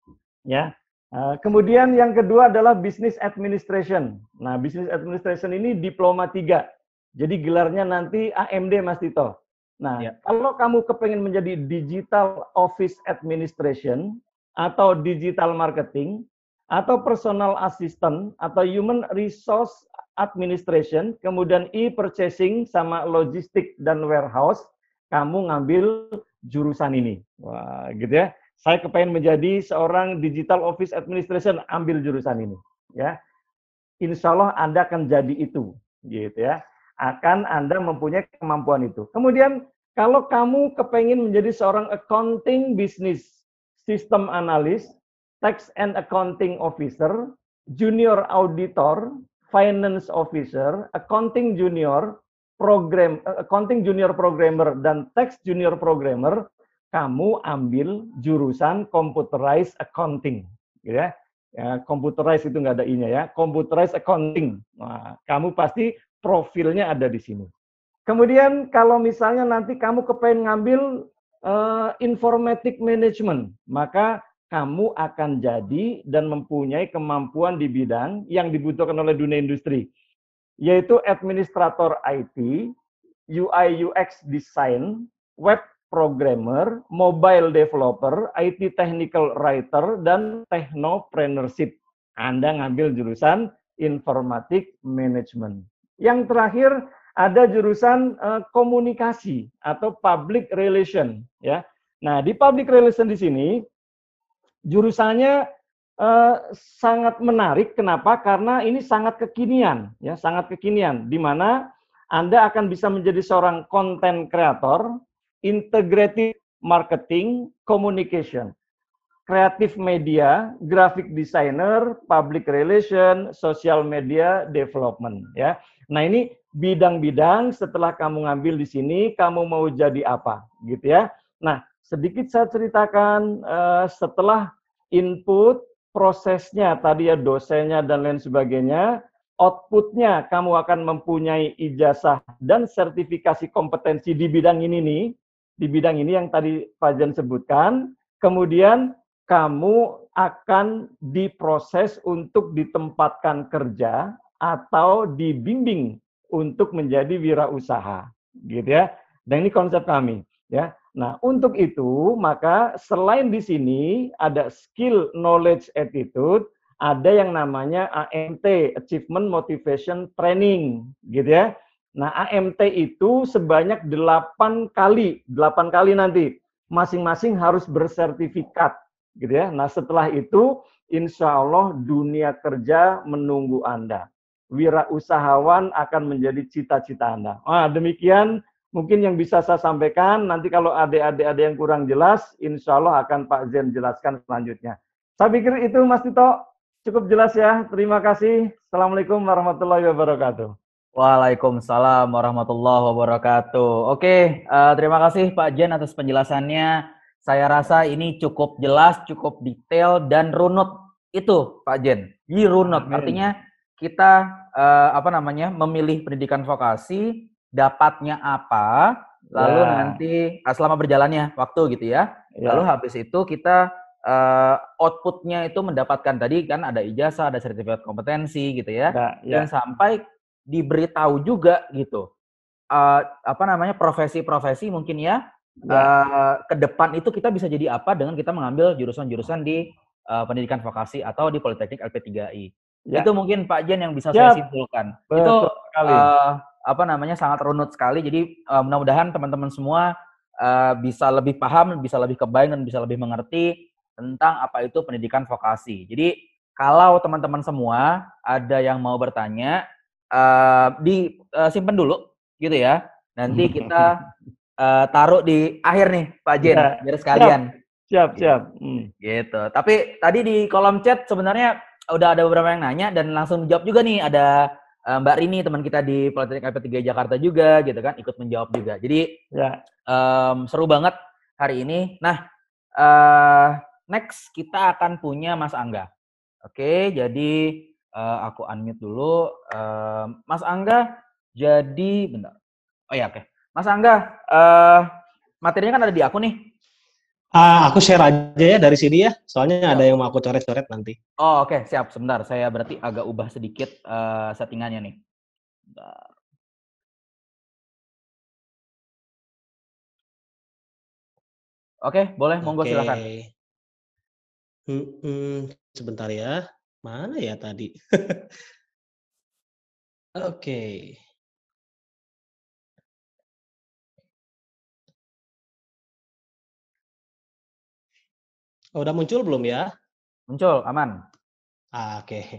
Ya. Uh, kemudian yang kedua adalah business administration. Nah, business administration ini diploma tiga. Jadi gelarnya nanti A M D, Mas Tito. Nah, ya. Kalau kamu kepengen menjadi digital office administration atau digital marketing atau personal assistant atau human resource administration, kemudian e-purchasing sama logistik dan warehouse, kamu ngambil jurusan ini. Wah, gitu ya. Saya kepengen menjadi seorang digital office administration, ambil jurusan ini, ya. Insya Allah Anda akan jadi itu, gitu ya. Akan Anda mempunyai kemampuan itu. Kemudian kalau kamu kepengen menjadi seorang accounting business system analyst, tax and accounting officer, junior auditor, finance officer, accounting junior, program accounting junior programmer dan tax junior programmer, kamu ambil jurusan computerized accounting, ya. Ya, computerized itu nggak ada i-nya ya, computerized accounting. Nah, kamu pasti profilnya ada di sini. Kemudian kalau misalnya nanti kamu kepengen ngambil uh, informatic management, maka kamu akan jadi dan mempunyai kemampuan di bidang yang dibutuhkan oleh dunia industri, yaitu administrator I T, U I U X design, web programmer, mobile developer, I T technical writer, dan technopreneurship. Anda ngambil jurusan informatik management. Yang terakhir ada jurusan uh, komunikasi atau public relation, ya. Nah, di public relation di sini jurusannya uh, sangat menarik. Kenapa? Karena ini sangat kekinian, ya, sangat kekinian, di mana Anda akan bisa menjadi seorang content creator, integrated marketing, communication, creative media, graphic designer, public relation, social media development, ya. Nah, ini bidang-bidang setelah kamu ngambil di sini, kamu mau jadi apa, gitu ya. Nah, sedikit saya ceritakan uh, setelah input, prosesnya tadi ya, dosennya dan lain sebagainya, outputnya kamu akan mempunyai ijazah dan sertifikasi kompetensi di bidang ini nih, di bidang ini yang tadi Pak Jan sebutkan. Kemudian kamu akan diproses untuk ditempatkan kerja atau dibimbing untuk menjadi wirausaha, gitu ya. Dan ini konsep kami, ya. Nah, untuk itu maka selain di sini ada skill, knowledge, attitude, ada yang namanya A M T, Achievement Motivation Training, gitu ya. Nah, A M T itu sebanyak delapan kali, delapan kali nanti, masing-masing harus bersertifikat, gitu ya. Nah, setelah itu, insya Allah dunia kerja menunggu Anda. Wirausahawan akan menjadi cita-cita Anda. Nah, demikian mungkin yang bisa saya sampaikan. Nanti kalau adik-adik ada yang kurang jelas, insya Allah akan Pak Zen jelaskan selanjutnya. Saya pikir itu, Mas Tito, cukup jelas ya. Terima kasih. Assalamualaikum warahmatullahi wabarakatuh. Waalaikumsalam warahmatullahi wabarakatuh. Oke, uh, terima kasih Pak Jen atas penjelasannya. Saya rasa ini cukup jelas, cukup detail, dan runut itu Pak Jen. Ini runut, Amin. Artinya kita uh, apa namanya memilih pendidikan vokasi, dapatnya apa, lalu ya. Nanti uh, selama berjalannya waktu gitu ya. ya. Lalu habis itu kita uh, outputnya itu mendapatkan tadi kan ada ijazah, ada sertifikat kompetensi gitu ya, ya, ya. Dan sampai diberitahu juga gitu uh, apa namanya profesi-profesi mungkin ya, ya. Uh, ke depan itu kita bisa jadi apa dengan kita mengambil jurusan-jurusan di uh, pendidikan vokasi atau di Politeknik L P tiga I. Ya. Itu mungkin Pak Jen yang bisa ya. Saya simpulkan. Betul itu uh, apa namanya sangat runut sekali. Jadi uh, mudah-mudahan teman-teman semua uh, bisa lebih paham, bisa lebih kebayang, dan bisa lebih mengerti tentang apa itu pendidikan vokasi. Jadi kalau teman-teman semua ada yang mau bertanya, uh, disimpan uh, dulu gitu ya. Nanti kita uh, taruh di akhir nih Pak Jen, ya. Biar sekalian. Siap. Siap, siap. Hmm. Gitu. Tapi tadi di kolom chat sebenarnya udah ada beberapa yang nanya dan langsung dijawab juga nih. Ada uh, Mbak Rini, teman kita di Politeknik L P tiga Jakarta juga, gitu kan, ikut menjawab juga. Jadi ya. um, seru banget hari ini. Nah, uh, next kita akan punya Mas Angga. Oke, jadi uh, aku unmute dulu. Uh, Mas Angga, jadi bentar. Oh ya, oke. Mas Angga, uh, materinya kan ada di aku nih. Ah, aku share aja ya dari sini ya, soalnya Siap. ada yang mau aku coret-coret nanti. Oh oke, okay. Siap. Sebentar, saya berarti agak ubah sedikit uh, settingannya nih. Bentar. Oke, okay, boleh, monggo Oke. silakan. Hmm, hmm, sebentar ya, mana ya tadi? Oke. Okay. Oh, udah muncul belum ya? Muncul, aman. Ah, oke. Okay.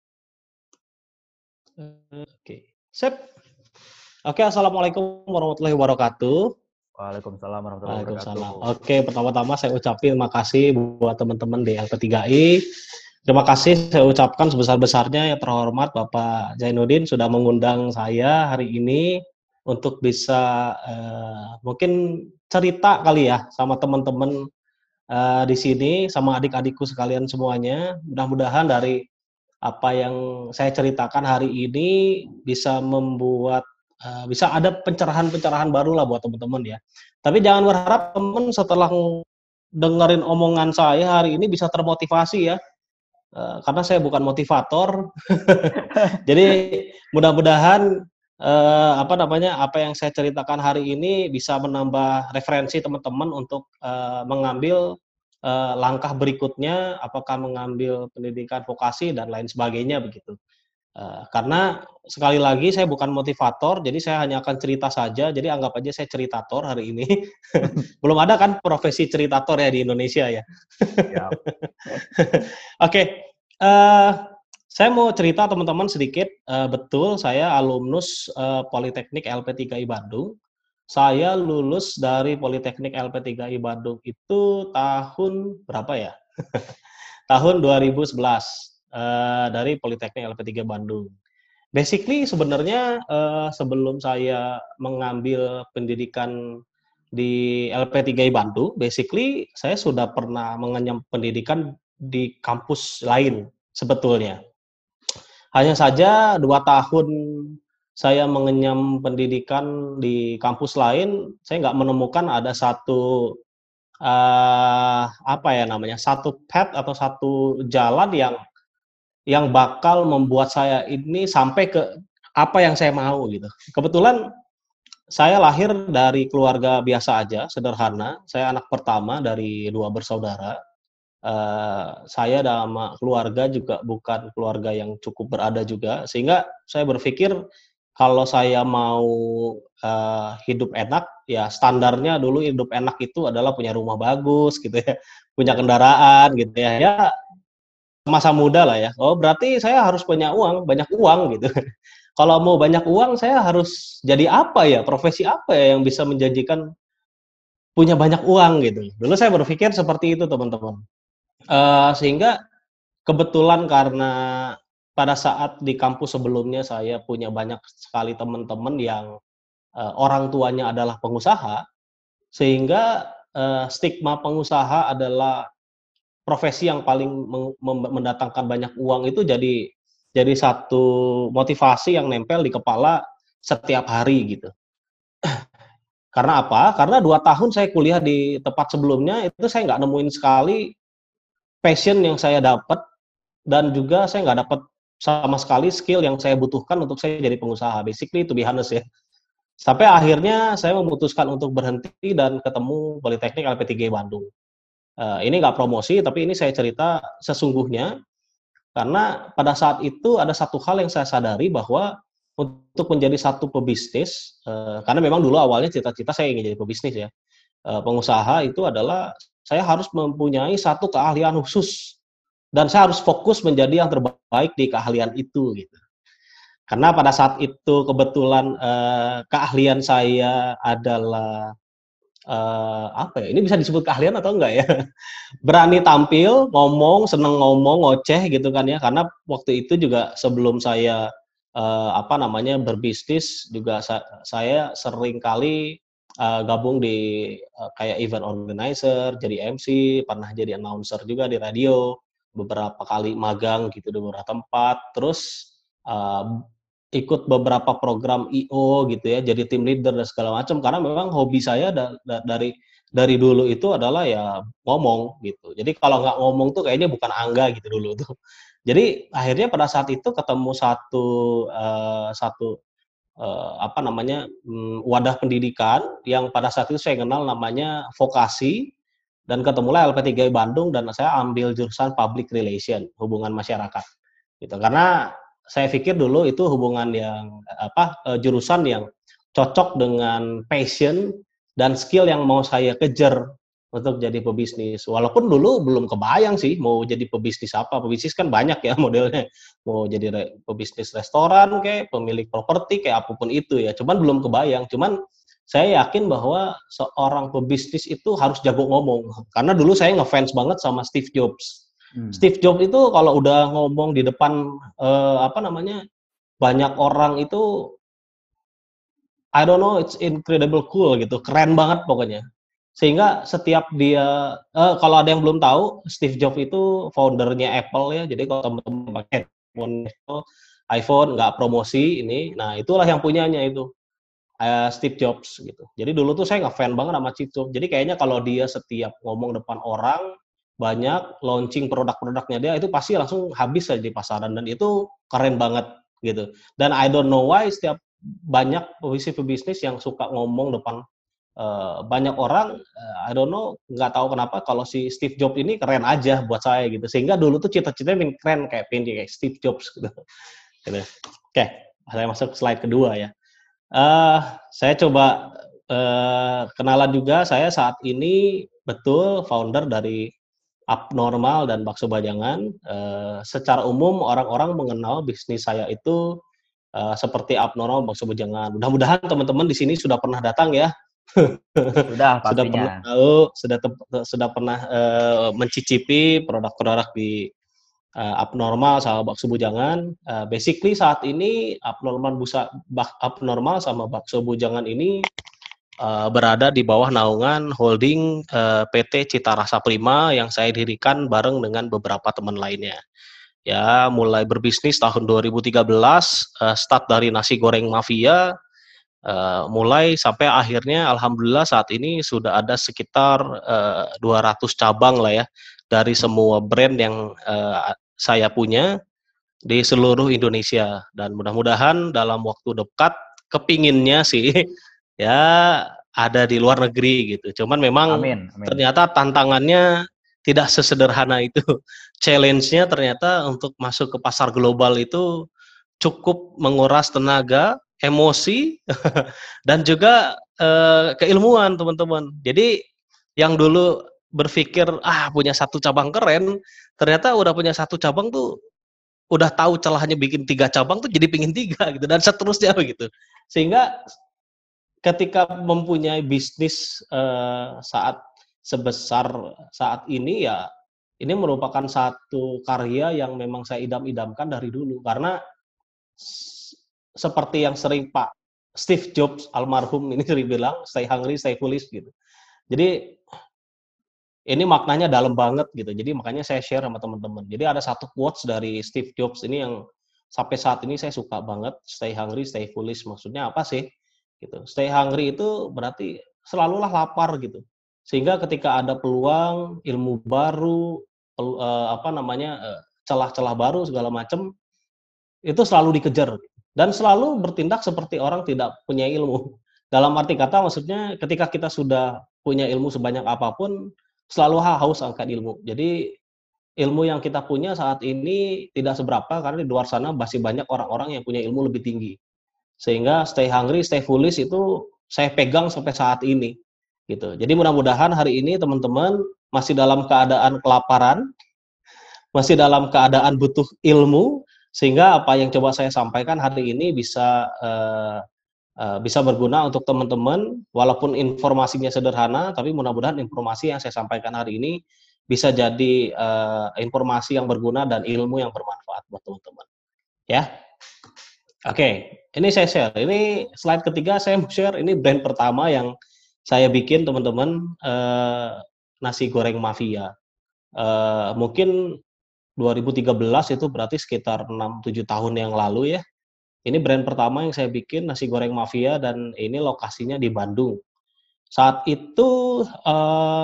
Oke, okay. Sip. Oke, okay, assalamualaikum warahmatullahi wabarakatuh. Waalaikumsalam warahmatullahi wabarakatuh. Oke, pertama-tama saya ucapin makasih buat teman-teman di L P tiga I. Terima kasih saya ucapkan sebesar-besarnya yang terhormat Bapak Zainuddin sudah mengundang saya hari ini untuk bisa uh, mungkin cerita kali ya sama teman-teman uh, di sini, sama adik-adikku sekalian semuanya. Mudah-mudahan dari apa yang saya ceritakan hari ini bisa membuat uh, bisa ada pencerahan-pencerahan baru lah buat teman-teman ya. Tapi jangan berharap teman setelah dengerin omongan saya hari ini bisa termotivasi ya, uh, karena saya bukan motivator. Jadi mudah-mudahan uh, apa namanya apa yang saya ceritakan hari ini bisa menambah referensi teman-teman untuk uh, mengambil uh, langkah berikutnya, apakah mengambil pendidikan vokasi dan lain sebagainya begitu. Uh, karena sekali lagi saya bukan motivator, jadi saya hanya akan cerita saja. Jadi anggap aja saya ceritator hari ini. Belum ada kan profesi ceritator ya di Indonesia ya. Oke, okay. uh, saya mau cerita teman-teman sedikit. Uh, betul, saya alumnus uh, Politeknik L P tiga I Bandung. Saya lulus dari Politeknik L P tiga I Bandung itu tahun berapa ya? Tahun dua ribu sebelas. Uh, dari Politeknik L P tiga Bandung. Basically sebenarnya uh, sebelum saya mengambil pendidikan di L P tiga I Bandung, basically saya sudah pernah mengenyam pendidikan di kampus lain sebetulnya. Hanya saja dua tahun saya mengenyam pendidikan di kampus lain, saya nggak menemukan ada satu uh, apa ya namanya, satu path atau satu jalan yang yang bakal membuat saya ini sampai ke apa yang saya mau gitu. Kebetulan saya lahir dari keluarga biasa aja, sederhana. Saya anak pertama dari dua bersaudara. Uh, saya dalam keluarga juga bukan keluarga yang cukup berada juga, sehingga saya berpikir kalau saya mau uh, hidup enak, ya standarnya dulu hidup enak itu adalah punya rumah bagus gitu ya, punya kendaraan gitu ya. Ya masa muda lah ya. Oh, berarti saya harus punya uang, banyak uang gitu. Kalau mau banyak uang, saya harus jadi apa ya? Profesi apa ya yang bisa menjanjikan punya banyak uang gitu. Dulu saya berpikir seperti itu, teman-teman. Uh, sehingga kebetulan karena pada saat di kampus sebelumnya saya punya banyak sekali teman-teman yang uh, orang tuanya adalah pengusaha, sehingga uh, stigma pengusaha adalah profesi yang paling mendatangkan banyak uang itu jadi jadi satu motivasi yang nempel di kepala setiap hari gitu. Karena apa? Karena dua tahun saya kuliah di tempat sebelumnya itu saya nggak nemuin sekali passion yang saya dapat, dan juga saya nggak dapat sama sekali skill yang saya butuhkan untuk saya jadi pengusaha. Basically to be honest ya. Sampai akhirnya saya memutuskan untuk berhenti dan ketemu Politeknik L P tiga I Bandung. Uh, ini nggak promosi, tapi ini saya cerita sesungguhnya, karena pada saat itu ada satu hal yang saya sadari bahwa untuk menjadi satu pebisnis, uh, karena memang dulu awalnya cita-cita saya ingin jadi pebisnis ya, uh, pengusaha itu adalah saya harus mempunyai satu keahlian khusus, dan saya harus fokus menjadi yang terbaik di keahlian itu gitu. Karena pada saat itu kebetulan uh, keahlian saya adalah uh, apa ya? Ini bisa disebut keahlian atau enggak ya? Berani tampil, ngomong, seneng ngomong, ngoceh gitu kan ya. Karena waktu itu juga sebelum saya uh, apa namanya berbisnis juga sa saya sering kali uh, gabung di uh, kayak event organizer, jadi M C, pernah jadi announcer juga di radio, beberapa kali magang gitu di beberapa tempat, terus uh, ikut beberapa program I O gitu ya, jadi tim leader dan segala macam karena memang hobi saya da da dari dari dulu itu adalah ya ngomong gitu. Jadi kalau nggak ngomong tuh kayaknya bukan Angga gitu dulu tuh. Jadi akhirnya pada saat itu ketemu satu uh, satu uh, apa namanya um, wadah pendidikan yang pada saat itu saya kenal namanya Vokasi dan ketemulah L P tiga I Bandung dan saya ambil jurusan Public Relation, hubungan masyarakat. Gitu. Karena saya pikir dulu itu hubungan yang apa uh, jurusan yang cocok dengan passion dan skill yang mau saya kejar untuk jadi pebisnis. Walaupun dulu belum kebayang sih mau jadi pebisnis apa. Pebisnis kan banyak ya modelnya. Mau jadi re pebisnis restoran kayak pemilik properti kayak apapun itu ya. Cuman belum kebayang. Cuman saya yakin bahwa seorang pebisnis itu harus jago ngomong. Karena dulu saya ngefans banget sama Steve Jobs. Hmm. Steve Jobs itu kalau udah ngomong di depan eh, apa namanya banyak orang itu I don't know, it's incredible cool gitu, keren banget pokoknya. Sehingga setiap dia eh, kalau ada yang belum tahu, Steve Jobs itu foundernya Apple ya. Jadi kalau teman-teman pakai iPhone, iPhone nggak promosi ini, nah itulah yang punyanya itu. Uh, Steve Jobs gitu. Jadi dulu tuh saya ngefan banget sama Steve Jobs. Jadi kayaknya kalau dia setiap ngomong depan orang banyak launching produk-produknya dia itu pasti langsung habis aja di pasaran dan itu keren banget gitu. Dan I don't know why setiap banyak pebisnis-pebisnis yang suka ngomong depan uh, banyak orang, uh, I don't know, nggak tahu kenapa kalau si Steve Jobs ini keren aja buat saya gitu. Sehingga dulu tuh cita-citanya pengen keren kayak pengen kayak Steve Jobs gitu. gitu. Oke, saya masuk ke slide kedua ya. Uh, saya coba uh, kenalan juga, saya saat ini betul founder dari Abnormal dan Bakso Bajangan. Uh, secara umum orang-orang mengenal bisnis saya itu uh, seperti Abnormal, Bakso Bajangan. Mudah-mudahan teman-teman di sini sudah pernah datang ya. Sudah pastinya. Sudah pernah tahu, sudah sudah pernah uh, mencicipi produk-produk di Uh, Abnormal sama Bakso Bujangan. Uh, basically saat ini Abnormal Busa, bak, Abnormal sama Bakso Bujangan ini uh, berada di bawah naungan holding uh, P T Cita Rasa Prima yang saya dirikan bareng dengan beberapa teman lainnya. Ya, mulai berbisnis tahun dua ribu tiga belas, uh, start dari nasi goreng mafia, uh, mulai sampai akhirnya alhamdulillah saat ini sudah ada sekitar uh, dua ratus cabang lah ya dari semua brand yang uh, saya punya di seluruh Indonesia dan mudah-mudahan dalam waktu dekat kepinginnya sih ya ada di luar negeri gitu. Cuman memang amin, amin. Ternyata tantangannya tidak sesederhana itu. Challenge-nya ternyata untuk masuk ke pasar global itu cukup menguras tenaga, emosi dan juga eh, keilmuan teman-teman. Jadi yang dulu berpikir ah punya satu cabang keren, ternyata udah punya satu cabang tuh udah tahu celahnya bikin tiga cabang tuh jadi pingin tiga gitu dan seterusnya begitu. Sehingga ketika mempunyai bisnis uh, saat sebesar saat ini ya ini merupakan satu karya yang memang saya idam-idamkan dari dulu karena seperti yang sering Pak Steve Jobs almarhum ini sering bilang stay hungry, stay foolish gitu. Jadi ini maknanya dalam banget gitu. Jadi makanya saya share sama teman-teman. Jadi ada satu quotes dari Steve Jobs ini yang sampai saat ini saya suka banget. Stay hungry, stay foolish. Maksudnya apa sih? Gitu. Stay hungry itu berarti selalulah lapar gitu. Sehingga ketika ada peluang, ilmu baru, pel, uh, apa namanya uh, celah-celah baru segala macam, itu selalu dikejar dan selalu bertindak seperti orang tidak punya ilmu. Dalam arti kata maksudnya ketika kita sudah punya ilmu sebanyak apapun, selalu haus akan ilmu. Jadi ilmu yang kita punya saat ini tidak seberapa karena di luar sana masih banyak orang-orang yang punya ilmu lebih tinggi. Sehingga stay hungry, stay foolish itu saya pegang sampai saat ini. Gitu. Jadi mudah-mudahan hari ini teman-teman masih dalam keadaan kelaparan, masih dalam keadaan butuh ilmu, sehingga apa yang coba saya sampaikan hari ini bisa uh, uh, bisa berguna untuk teman-teman, walaupun informasinya sederhana, tapi mudah-mudahan informasi yang saya sampaikan hari ini bisa jadi uh, informasi yang berguna dan ilmu yang bermanfaat buat teman-teman. Ya, oke, okay. Ini saya share. Ini slide ketiga saya mau share. Ini brand pertama yang saya bikin teman-teman, uh, nasi goreng mafia. Uh, mungkin dua ribu tiga belas itu berarti sekitar enam tujuh tahun yang lalu ya. Ini brand pertama yang saya bikin, nasi goreng mafia, dan ini lokasinya di Bandung. Saat itu, uh,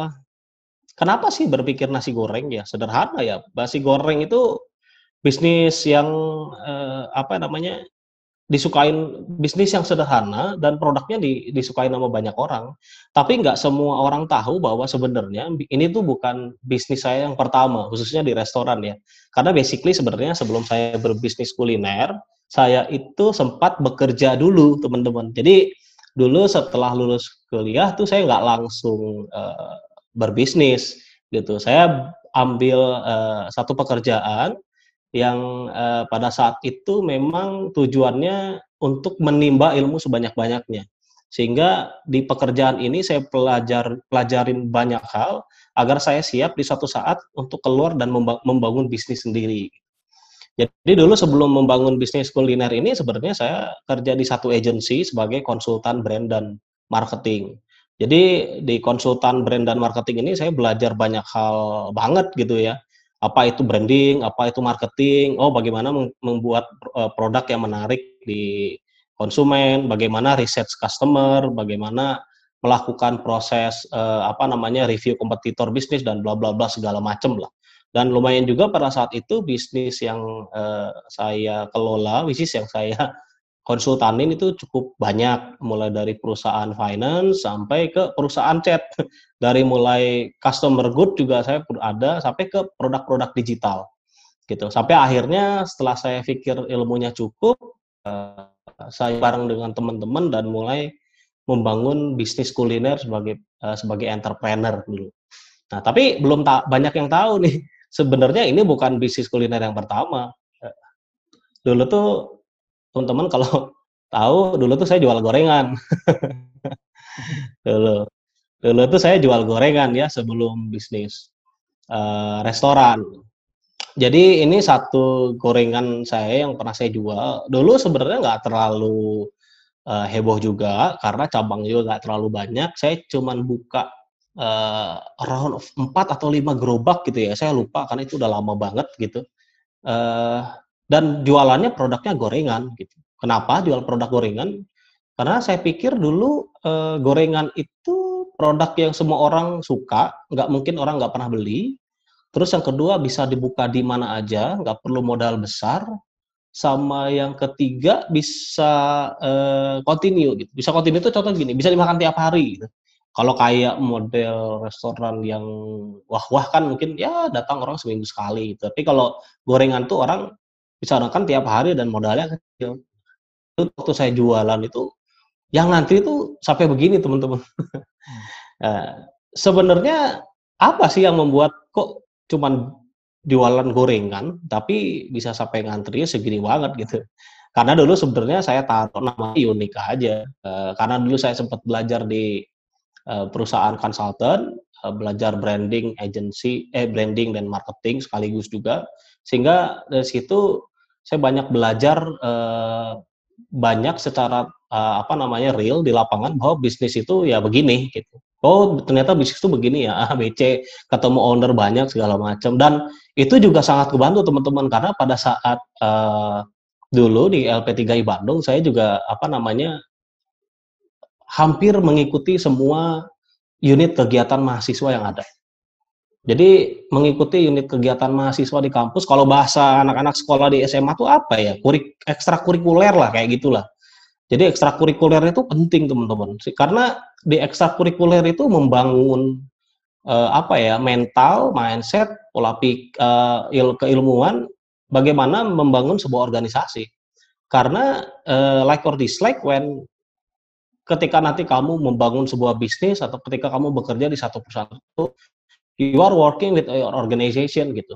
kenapa sih berpikir nasi goreng ya? Sederhana ya, nasi goreng itu bisnis yang uh, apa namanya disukain, bisnis yang sederhana dan produknya di, disukain sama banyak orang. Tapi nggak semua orang tahu bahwa sebenarnya ini tuh bukan bisnis saya yang pertama, khususnya di restoran ya. Karena basically sebenarnya sebelum saya berbisnis kuliner, saya itu sempat bekerja dulu, teman-teman. Jadi dulu setelah lulus kuliah tuh saya nggak langsung uh, berbisnis gitu. Saya ambil uh, satu pekerjaan yang uh, pada saat itu memang tujuannya untuk menimba ilmu sebanyak-banyaknya. Sehingga di pekerjaan ini saya pelajar pelajarin banyak hal agar saya siap di suatu saat untuk keluar dan membangun bisnis sendiri. Jadi dulu sebelum membangun bisnis kuliner ini sebenarnya saya kerja di satu agensi sebagai konsultan brand dan marketing. Jadi di konsultan brand dan marketing ini saya belajar banyak hal banget gitu ya. Apa itu branding, apa itu marketing, oh bagaimana membuat produk yang menarik di konsumen, bagaimana research customer, bagaimana melakukan proses eh, apa namanya review kompetitor bisnis dan bla bla bla segala macam lah. Dan lumayan juga pada saat itu bisnis yang uh, saya kelola, which is yang saya konsultanin itu cukup banyak, mulai dari perusahaan finance sampai ke perusahaan chat. Dari mulai customer good juga saya ada, sampai ke produk-produk digital. Gitu. Sampai akhirnya setelah saya pikir ilmunya cukup, uh, saya bareng dengan teman-teman dan mulai membangun bisnis kuliner sebagai uh, sebagai entrepreneur dulu. Nah, tapi belum ta- banyak yang tahu nih. Sebenarnya ini bukan bisnis kuliner yang pertama. Dulu tuh teman-teman kalau tahu, dulu tuh saya jual gorengan. dulu, dulu tuh saya jual gorengan ya sebelum bisnis uh, restoran. Jadi ini satu gorengan saya yang pernah saya jual. Dulu sebenarnya nggak terlalu uh, heboh juga karena cabang juga nggak terlalu banyak. Saya cuman buka uh, around empat atau lima gerobak gitu ya, saya lupa karena itu udah lama banget gitu. Uh, dan jualannya produknya gorengan gitu. Kenapa jual produk gorengan? Karena saya pikir dulu uh, gorengan itu produk yang semua orang suka, nggak mungkin orang nggak pernah beli. Terus yang kedua bisa dibuka di mana aja, nggak perlu modal besar. Sama yang ketiga bisa uh, continue gitu. Bisa continue itu contoh gini, bisa dimakan tiap hari gitu. Kalau kayak model restoran yang wah-wah kan mungkin ya datang orang seminggu sekali. Tapi kalau gorengan tuh orang bisa makan tiap hari dan modalnya kecil. Itu waktu saya jualan itu, yang ngantri itu sampai begini teman-teman. Nah, sebenarnya apa sih yang membuat kok cuman jualan gorengan tapi bisa sampai ngantri segini banget gitu? Karena dulu sebenarnya saya taruh nama unik aja. Karena dulu saya sempat belajar di perusahaan konsultan, belajar branding agency, eh branding dan marketing sekaligus juga, sehingga dari situ saya banyak belajar eh, banyak secara eh, apa namanya real di lapangan bahwa bisnis itu ya begini gitu. Oh ternyata bisnis itu begini ya, A, B, C, ketemu owner banyak segala macam, dan itu juga sangat kebantu teman-teman karena pada saat eh, dulu di L P tiga I Bandung saya juga apa namanya hampir mengikuti semua unit kegiatan mahasiswa yang ada. Jadi mengikuti unit kegiatan mahasiswa di kampus, kalau bahasa anak-anak sekolah di S M A itu apa ya, kurik, ekstrakurikuler lah, kayak gitulah. Jadi ekstrakurikuler itu penting teman-teman, karena di ekstrakurikuler itu membangun eh, apa ya, mental, mindset, pola pikir, eh, il, keilmuan, bagaimana membangun sebuah organisasi. Karena eh, like or dislike, when ketika nanti kamu membangun sebuah bisnis atau ketika kamu bekerja di satu perusahaan itu, you are working with your organization gitu.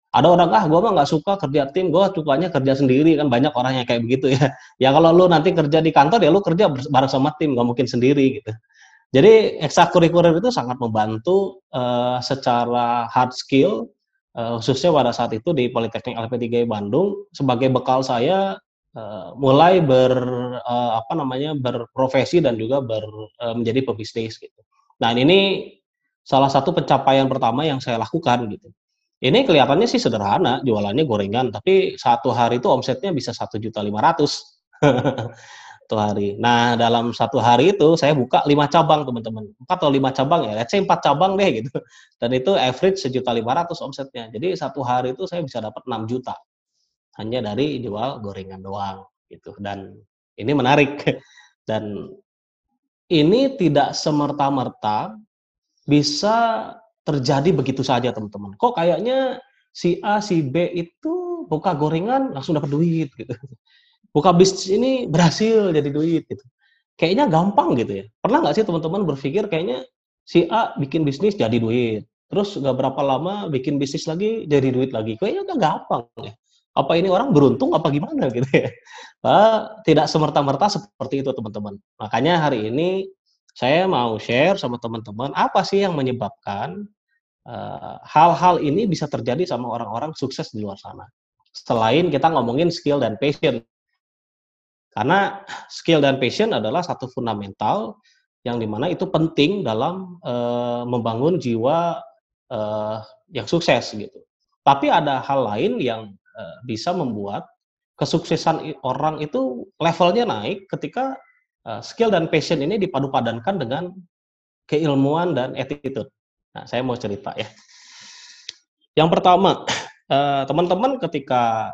Ada orang, ah gue mah nggak suka kerja tim, gue sukanya kerja sendiri, kan banyak orang yang kayak begitu ya. Ya kalau lu nanti kerja di kantor ya lu kerja bareng sama tim, nggak mungkin sendiri gitu. Jadi ekstrakurikuler itu sangat membantu uh, secara hard skill, uh, khususnya pada saat itu di Politeknik L P tiga I Bandung, sebagai bekal saya uh, mulai ber uh, apa namanya berprofesi dan juga ber, uh, menjadi pebisnis gitu. Nah ini salah satu pencapaian pertama yang saya lakukan gitu. Ini kelihatannya sih sederhana, jualannya gorengan, tapi satu hari itu omsetnya bisa satu juta lima ratus satu hari. Nah, dalam satu hari itu saya buka lima cabang, teman-teman. empat atau lima cabang ya, let's say empat cabang deh gitu. Dan itu average sejuta lima ratus omsetnya. Jadi satu hari itu saya bisa dapat enam juta. Hanya dari jual gorengan doang gitu. Dan ini menarik. Dan ini tidak semerta-merta bisa terjadi begitu saja, teman-teman. Kok kayaknya si A, si B itu buka gorengan langsung dapat duit gitu. Buka bisnis ini berhasil jadi duit gitu. Kayaknya gampang gitu ya. Pernah nggak sih teman-teman berpikir kayaknya si A bikin bisnis jadi duit. Terus nggak berapa lama bikin bisnis lagi jadi duit lagi. Kayaknya kan gampang ya. Apa ini orang beruntung apa gimana gitu ya. Nah, tidak semerta-merta seperti itu, teman-teman. Makanya hari ini saya mau share sama teman-teman apa sih yang menyebabkan uh, hal-hal ini bisa terjadi sama orang-orang sukses di luar sana. Selain kita ngomongin skill dan passion. Karena skill dan passion adalah satu fundamental yang dimana itu penting dalam uh, membangun jiwa uh, yang sukses gitu. Tapi ada hal lain yang uh, bisa membuat kesuksesan orang itu levelnya naik ketika uh, skill dan passion ini dipadu-padankan dengan keilmuan dan attitude. Nah, saya mau cerita ya. Yang pertama, uh, teman-teman ketika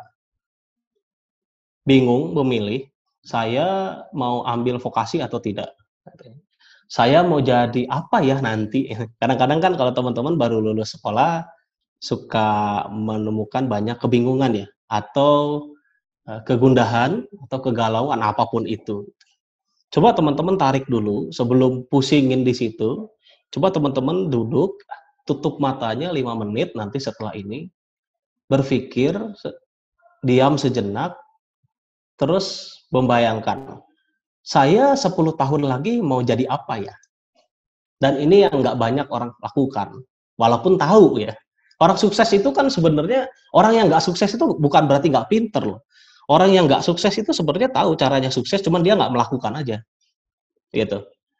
bingung memilih, saya mau ambil vokasi atau tidak. Saya mau jadi apa ya nanti? Kadang-kadang kan kalau teman-teman baru lulus sekolah, suka menemukan banyak kebingungan ya, atau kegundahan, atau kegalauan apapun itu. Coba teman-teman tarik dulu, sebelum pusingin di situ, coba teman-teman duduk, tutup matanya lima menit nanti setelah ini, berpikir, diam sejenak, terus membayangkan, saya sepuluh tahun lagi mau jadi apa ya? Dan ini yang nggak banyak orang lakukan, walaupun tahu ya. Orang sukses itu kan sebenarnya, orang yang nggak sukses itu bukan berarti nggak pinter loh. Orang yang nggak sukses itu sebenarnya tahu caranya sukses, cuman dia nggak melakukan aja. Gitu.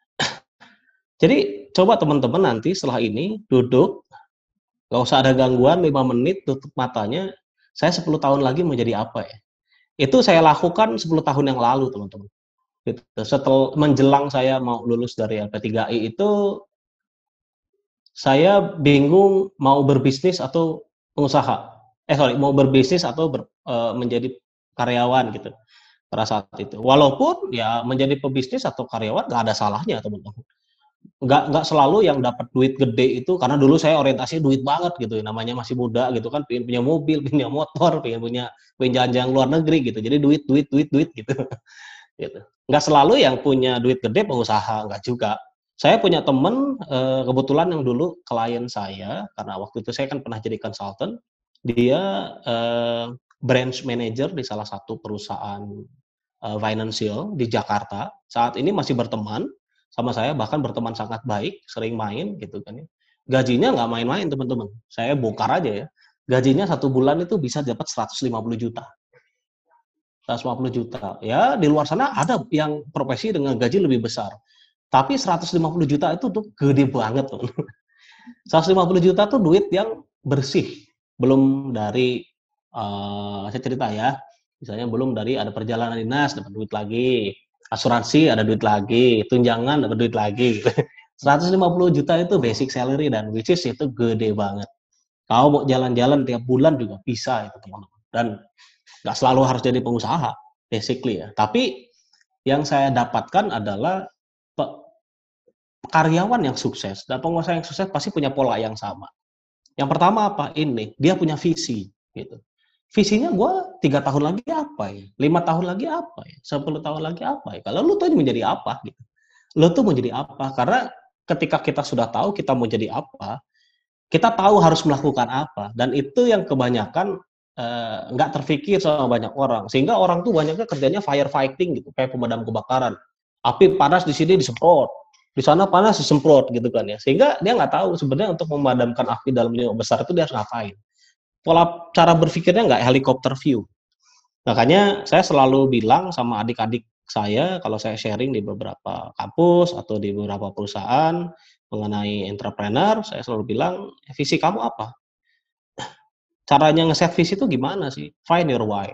Jadi coba teman-teman nanti setelah ini duduk, nggak usah ada gangguan, lima menit, tutup matanya, saya sepuluh tahun lagi mau jadi apa ya? Itu saya lakukan sepuluh tahun yang lalu, teman-teman. Gitu. Setelah menjelang saya mau lulus dari L P tiga I itu, saya bingung mau berbisnis atau pengusaha. Eh sorry, mau berbisnis atau ber, e, menjadi karyawan gitu pada saat itu. Walaupun ya menjadi pebisnis atau karyawan nggak ada salahnya, teman-teman. Nggak nggak selalu yang dapat duit gede itu, karena dulu saya orientasi duit banget gitu, namanya masih muda gitu kan, pengen punya mobil, punya motor, pengen punya pengen jalan-jalan luar negeri gitu. Jadi duit duit duit duit gitu. Gitu. Nggak selalu yang punya duit gede pengusaha, nggak juga. Saya punya temen, kebetulan yang dulu klien saya, karena waktu itu saya kan pernah jadi konsultan, dia eh, branch manager di salah satu perusahaan eh, financial di Jakarta, saat ini masih berteman sama saya, bahkan berteman sangat baik, sering main gitu kan ya. Gajinya nggak main-main, teman-teman. Saya bongkar aja ya. Gajinya satu bulan itu bisa dapat seratus lima puluh juta. seratus lima puluh juta. Ya, di luar sana ada yang profesi dengan gaji lebih besar. Tapi seratus lima puluh juta itu tuh gede banget, teman. seratus lima puluh juta tuh duit yang bersih. Belum dari, uh, saya cerita ya, misalnya belum dari ada perjalanan dinas, dapat duit lagi. Asuransi ada duit lagi. Tunjangan dapat duit lagi. seratus lima puluh juta itu basic salary, dan which is itu gede banget. Kalau mau jalan-jalan tiap bulan juga bisa itu, teman-teman. Dan nggak selalu harus jadi pengusaha, basically ya. Tapi yang saya dapatkan adalah karyawan yang sukses dan pengusaha yang sukses pasti punya pola yang sama. Yang pertama apa? Ini, dia punya visi. Gitu. Visinya gue tiga tahun lagi apa ya? Lima tahun lagi apa ya? Sepuluh tahun lagi apa ya? Kalau lu tuh menjadi apa? Gitu. Lu tuh mau jadi apa? Karena ketika kita sudah tahu kita mau jadi apa, kita tahu harus melakukan apa, dan itu yang kebanyakan eh, nggak terpikir sama banyak orang, sehingga orang tuh banyaknya kerjanya firefighting gitu, kayak pemadam kebakaran. Api panas di sini disemprot, di sana panas disemprot gitu kan ya, sehingga dia nggak tahu sebenarnya untuk memadamkan api dalam lingkup besar itu dia harus ngapain. Pola cara berpikirnya nggak helikopter view. Makanya saya selalu bilang sama adik-adik saya kalau saya sharing di beberapa kampus atau di beberapa perusahaan mengenai entrepreneur, saya selalu bilang, visi kamu apa? Caranya nge-set visi itu gimana sih? Find your why.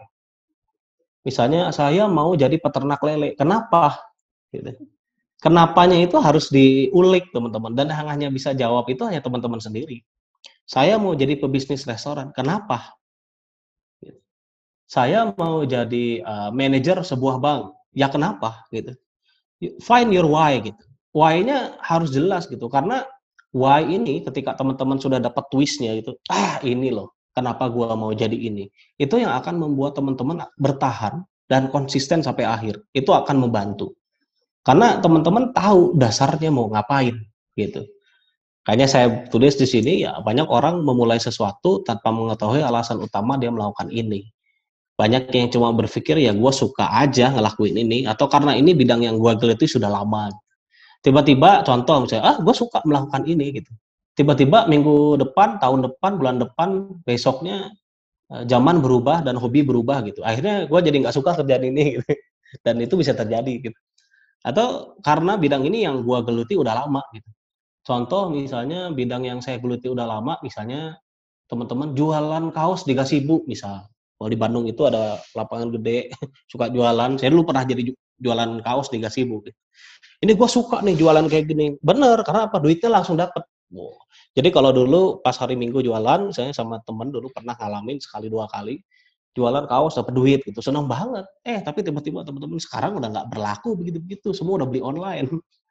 Misalnya saya mau jadi peternak lele, kenapa? Gitu. Kenapanya itu harus diulik teman-teman, dan yang hanya bisa jawab itu hanya teman-teman sendiri. Saya mau jadi pebisnis restoran, kenapa? Gitu. Saya mau jadi uh, manajer sebuah bank, ya kenapa? Gitu. Find your why gitu. Why-nya harus jelas gitu, karena why ini ketika teman-teman sudah dapat twist-nya gitu, ah ini loh, kenapa gua mau jadi ini. Itu yang akan membuat teman-teman bertahan dan konsisten sampai akhir. Itu akan membantu. Karena teman-teman tahu dasarnya mau ngapain gitu. Kayaknya saya tulis di sini ya, banyak orang memulai sesuatu tanpa mengetahui alasan utama dia melakukan ini. Banyak yang cuma berpikir ya gue suka aja ngelakuin ini, atau karena ini bidang yang gue geluti sudah lama. Tiba-tiba contoh misalnya, ah gue suka melakukan ini gitu. Tiba-tiba minggu depan, tahun depan, bulan depan, besoknya zaman berubah dan hobi berubah gitu. Akhirnya gue jadi nggak suka kerjaan ini gitu. Dan itu bisa terjadi gitu. Atau karena bidang ini yang gue geluti udah lama gitu. Contoh misalnya bidang yang saya geluti udah lama, misalnya teman-teman jualan kaos di gazebo misal. Kalau di Bandung itu ada lapangan gede, suka jualan. Saya dulu pernah jadi jualan kaos di gazebo. Ini gue suka nih jualan kayak gini. Bener, karena apa? Duitnya langsung dapet. Wow. Jadi kalau dulu pas hari Minggu jualan, saya sama teman dulu pernah ngalamin sekali dua kali jualan kaos dapat duit gitu, senang banget. Eh tapi tiba-tiba teman-teman sekarang udah nggak berlaku begitu-begitu, semua udah beli online,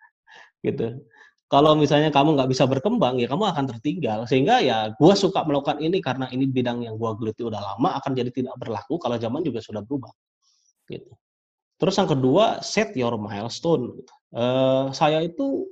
gitu. Kalau misalnya kamu nggak bisa berkembang, ya kamu akan tertinggal. Sehingga ya gue suka melakukan ini karena ini bidang yang gue geluti udah lama, akan jadi tidak berlaku kalau zaman juga sudah berubah. Gitu. Terus yang kedua, set your milestone. Uh, saya itu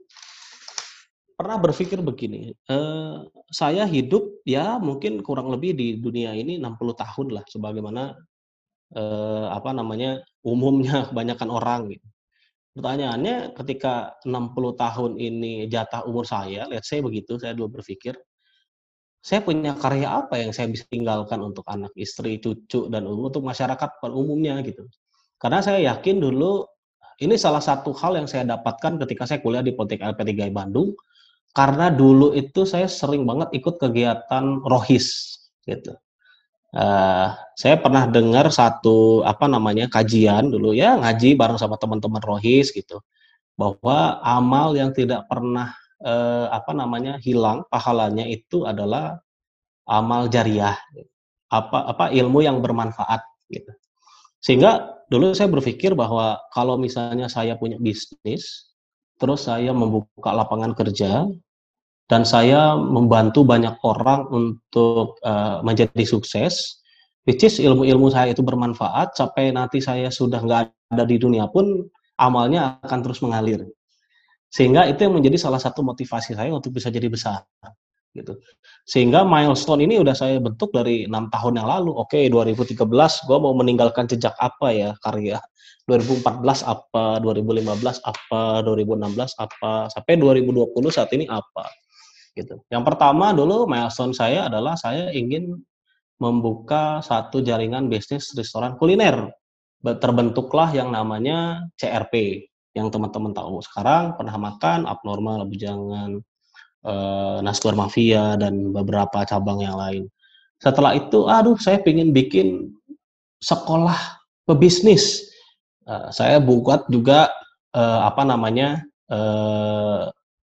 pernah berpikir begini, uh, saya hidup ya mungkin kurang lebih di dunia ini enam puluh tahun lah, sebagaimana uh, apa namanya umumnya kebanyakan orang. Gitu. Pertanyaannya ketika enam puluh tahun ini jatah umur saya, let's say begitu, saya dulu berpikir, saya punya karya apa yang saya bisa tinggalkan untuk anak, istri, cucu, dan untuk masyarakat pada umumnya gitu. Karena saya yakin dulu, ini salah satu hal yang saya dapatkan ketika saya kuliah di Politek L P tiga I Bandung, karena dulu itu saya sering banget ikut kegiatan rohis gitu. Uh, saya pernah dengar satu apa namanya kajian dulu ya, ngaji bareng sama teman-teman rohis gitu, bahwa amal yang tidak pernah uh, apa namanya hilang pahalanya itu adalah amal jariah, apa apa ilmu yang bermanfaat gitu. Sehingga dulu saya berpikir bahwa kalau misalnya saya punya bisnis, terus saya membuka lapangan kerja dan saya membantu banyak orang untuk uh, menjadi sukses, which is ilmu-ilmu saya itu bermanfaat, sampai nanti saya sudah nggak ada di dunia pun, amalnya akan terus mengalir. Sehingga itu yang menjadi salah satu motivasi saya untuk bisa jadi besar. Gitu. Sehingga milestone ini udah saya bentuk dari enam tahun yang lalu. Oke, dua ribu tiga belas gue mau meninggalkan jejak apa ya karya. dua ribu empat belas apa, dua ribu lima belas apa, dua ribu enam belas apa, sampai dua ribu dua puluh saat ini apa. Gitu. Yang pertama dulu milestone saya adalah saya ingin membuka satu jaringan bisnis restoran kuliner. Terbentuklah yang namanya C R P, yang teman-teman tahu sekarang, Pernah Makan, Abnormal, Bujangan, eh, Nasgor Mafia, dan beberapa cabang yang lain. Setelah itu, aduh saya ingin bikin sekolah pebisnis. Uh, saya buat juga uh, apa namanya uh,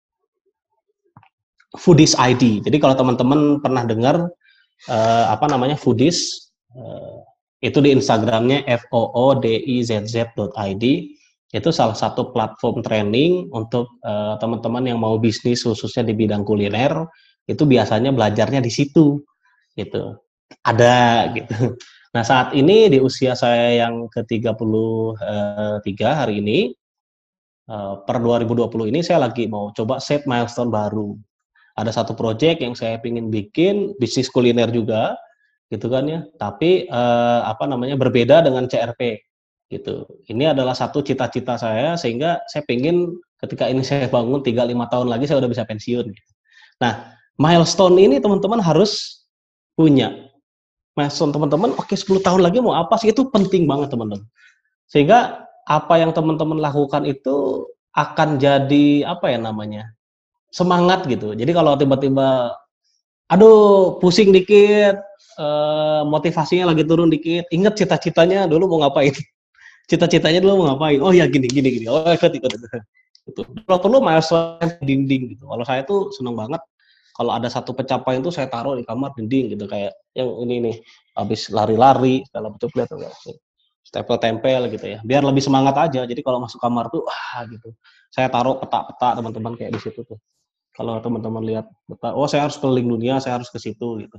Foodies I D. Jadi kalau teman-teman pernah dengar uh, apa namanya Foodies, uh, itu di Instagramnya f o o d i z z dot i d. Itu salah satu platform training untuk uh, teman-teman yang mau bisnis khususnya di bidang kuliner. Itu biasanya belajarnya di situ, gitu. Ada gitu. Nah saat ini di usia saya yang ke tiga puluh tiga hari ini, uh, per dua ribu dua puluh ini saya lagi mau coba set milestone baru. Ada satu proyek yang saya ingin bikin, bisnis kuliner juga, gitu kan ya. Tapi eh, apa namanya berbeda dengan C R P, gitu. Ini adalah satu cita-cita saya sehingga saya ingin ketika ini saya bangun tiga lima tahun lagi saya udah bisa pensiun. Gitu. Nah, milestone ini teman-teman harus punya. Milestone teman-teman, oke sepuluh tahun lagi mau apa sih? Itu penting banget teman-teman. Sehingga apa yang teman-teman lakukan itu akan jadi apa ya namanya? Semangat gitu. Jadi kalau tiba-tiba aduh pusing dikit, eh, motivasinya lagi turun dikit, ingat cita-citanya dulu mau ngapain. Cita-citanya dulu mau ngapain. Oh ya gini gini gini. Oh ikut ikut. Gitu. Kalau perlu milestone dinding gitu. Kalau saya tuh seneng banget kalau ada satu pencapaian itu saya taruh di kamar dinding gitu kayak yang ini nih habis lari-lari segala macam lihat tuh tempel-tempel gitu ya biar lebih semangat aja. Jadi kalau masuk kamar tuh wah gitu saya taruh peta-peta teman-teman kayak di situ tuh kalau teman-teman lihat peta oh saya harus keliling dunia saya harus ke situ gitu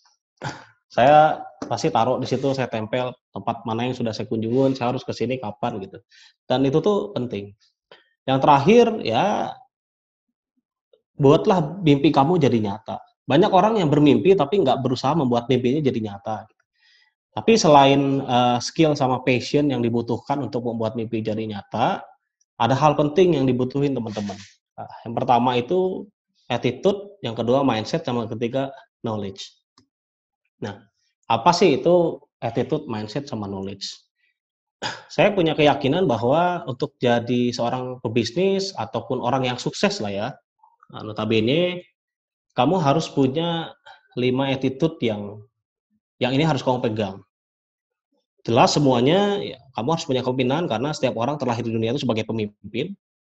saya pasti taruh di situ saya tempel tempat mana yang sudah saya kunjungin saya harus ke sini kapan gitu dan itu tuh penting. Yang terakhir ya buatlah mimpi kamu jadi nyata. Banyak orang yang bermimpi tapi nggak berusaha membuat mimpinya jadi nyata. Tapi selain uh, skill sama passion yang dibutuhkan untuk membuat mimpi jadi nyata, ada hal penting yang dibutuhin teman-teman. Nah, yang pertama itu attitude, yang kedua mindset, sama ketiga knowledge. Nah, apa sih itu attitude, mindset, sama knowledge? Saya punya keyakinan bahwa untuk jadi seorang pebisnis ataupun orang yang sukses lah ya, nah, notabene kamu harus punya lima attitude yang yang ini harus kamu pegang. Jelas semuanya, ya, kamu harus punya kepemimpinan karena setiap orang terlahir di dunia itu sebagai pemimpin.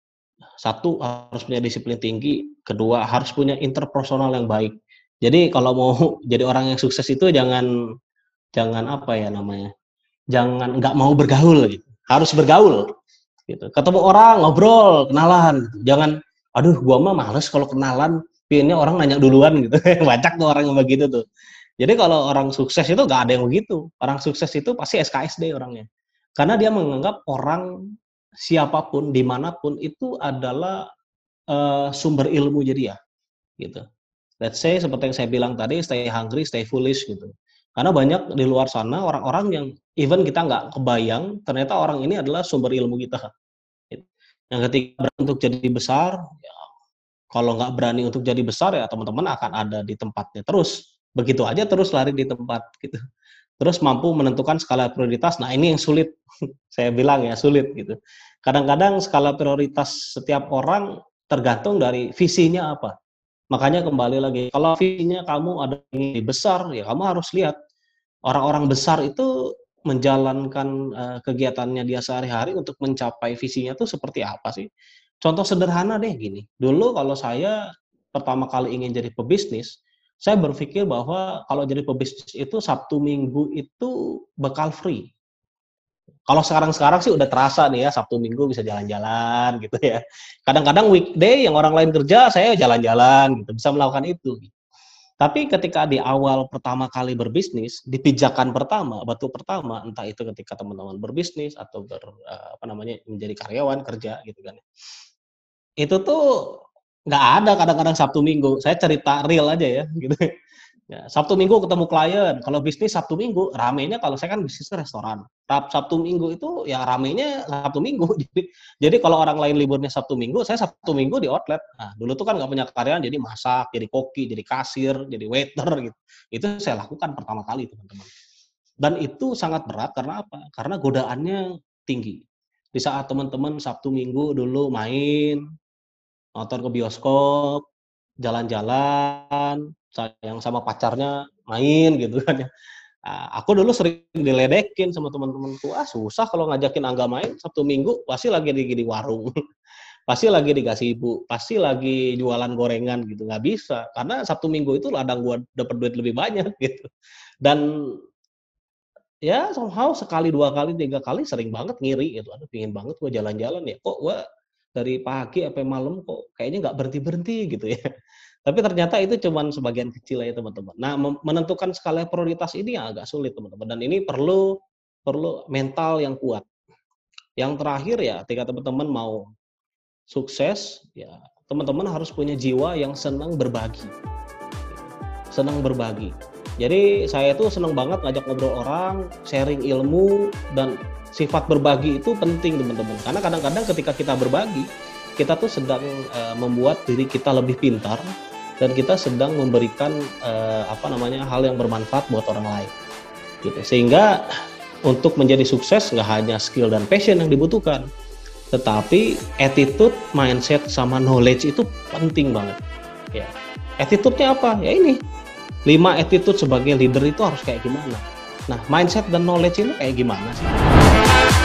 Satu, harus punya disiplin tinggi. Kedua, harus punya interpersonal yang baik. Jadi kalau mau jadi orang yang sukses itu jangan jangan apa ya namanya, jangan nggak mau bergaul gitu. Harus bergaul. Gitu. Ketemu orang, ngobrol, kenalan. Gitu. Jangan, aduh gua mah males kalau kenalan, pinnya orang nanya duluan gitu. Banyak tuh orang yang begitu tuh. Jadi kalau orang sukses itu nggak ada yang begitu. Orang sukses itu pasti S K S D orangnya. Karena dia menganggap orang siapapun, dimanapun itu adalah uh, sumber ilmunya dia. Gitu. Let's say seperti yang saya bilang tadi, stay hungry, stay foolish gitu. Karena banyak di luar sana orang-orang yang even kita nggak kebayang, ternyata orang ini adalah sumber ilmu kita. Yang ketika berani untuk jadi besar, ya, kalau nggak berani untuk jadi besar ya teman-teman akan ada di tempatnya terus. Begitu aja terus lari di tempat gitu. Terus mampu menentukan skala prioritas. Nah ini yang sulit, saya bilang ya sulit gitu. Kadang-kadang skala prioritas setiap orang tergantung dari visinya apa. Makanya kembali lagi, kalau visinya kamu ada yang besar, ya kamu harus lihat orang-orang besar itu menjalankan uh, kegiatannya dia sehari-hari untuk mencapai visinya tuh seperti apa sih? Contoh sederhana deh gini. Dulu kalau saya pertama kali ingin jadi pebisnis, saya berpikir bahwa kalau jadi pebisnis itu Sabtu Minggu itu bakal free. Kalau sekarang-sekarang sih udah terasa nih ya, Sabtu Minggu bisa jalan-jalan gitu ya. Kadang-kadang weekday yang orang lain kerja, saya jalan-jalan gitu, bisa melakukan itu. Tapi ketika di awal pertama kali berbisnis, di pijakan pertama, batu pertama, entah itu ketika teman-teman berbisnis atau ber, apa namanya menjadi karyawan kerja gitu kan. Itu tuh nggak ada kadang-kadang Sabtu Minggu. Saya cerita real aja ya gitu. Ya, Sabtu Minggu ketemu klien. Kalau bisnis Sabtu Minggu, ramenya kalau saya kan bisnis restoran. Sabtu Minggu itu ya ramenya Sabtu Minggu. Jadi, jadi kalau orang lain liburnya Sabtu Minggu, saya Sabtu Minggu di outlet. Nah, dulu tuh kan nggak punya karyawan, jadi masak, jadi koki, jadi kasir, jadi waiter gitu. Itu saya lakukan pertama kali teman-teman. Dan itu sangat berat karena apa? Karena godaannya tinggi. Di saat teman-teman Sabtu Minggu dulu main, nonton ke bioskop, jalan-jalan, sayang sama pacarnya main gitu kan ya. Nah, aku dulu sering diledekin sama teman-temanku, ah susah kalau ngajakin Angga main Sabtu Minggu, pasti lagi di, di warung, pasti lagi dikasih ibu, pasti lagi jualan gorengan gitu, nggak bisa, karena Sabtu Minggu itu ladang gua dapat duit lebih banyak gitu. Dan ya somehow sekali, dua kali, tiga kali sering banget ngiri gitu, aduh pingin banget gua jalan-jalan ya, kok gua dari pagi sampai malam kok kayaknya nggak berhenti-berhenti gitu ya. Tapi ternyata itu cuman sebagian kecil ya teman-teman. Nah, menentukan skala prioritas ini agak sulit teman-teman. Dan ini perlu perlu mental yang kuat. Yang terakhir ya, ketika teman-teman mau sukses, ya teman-teman harus punya jiwa yang senang berbagi. Senang berbagi. Jadi saya tuh senang banget ngajak ngobrol orang, sharing ilmu, dan sifat berbagi itu penting teman-teman. Karena kadang-kadang ketika kita berbagi, kita tuh sedang uh, membuat diri kita lebih pintar, dan kita sedang memberikan uh, apa namanya hal yang bermanfaat buat orang lain. Gitu. Sehingga untuk menjadi sukses nggak hanya skill dan passion yang dibutuhkan, tetapi attitude, mindset, sama knowledge itu penting banget. Ya. Attitude-nya apa? Ya ini. lima attitude sebagai leader itu harus kayak gimana? Nah, mindset dan knowledge ini kayak gimana sih?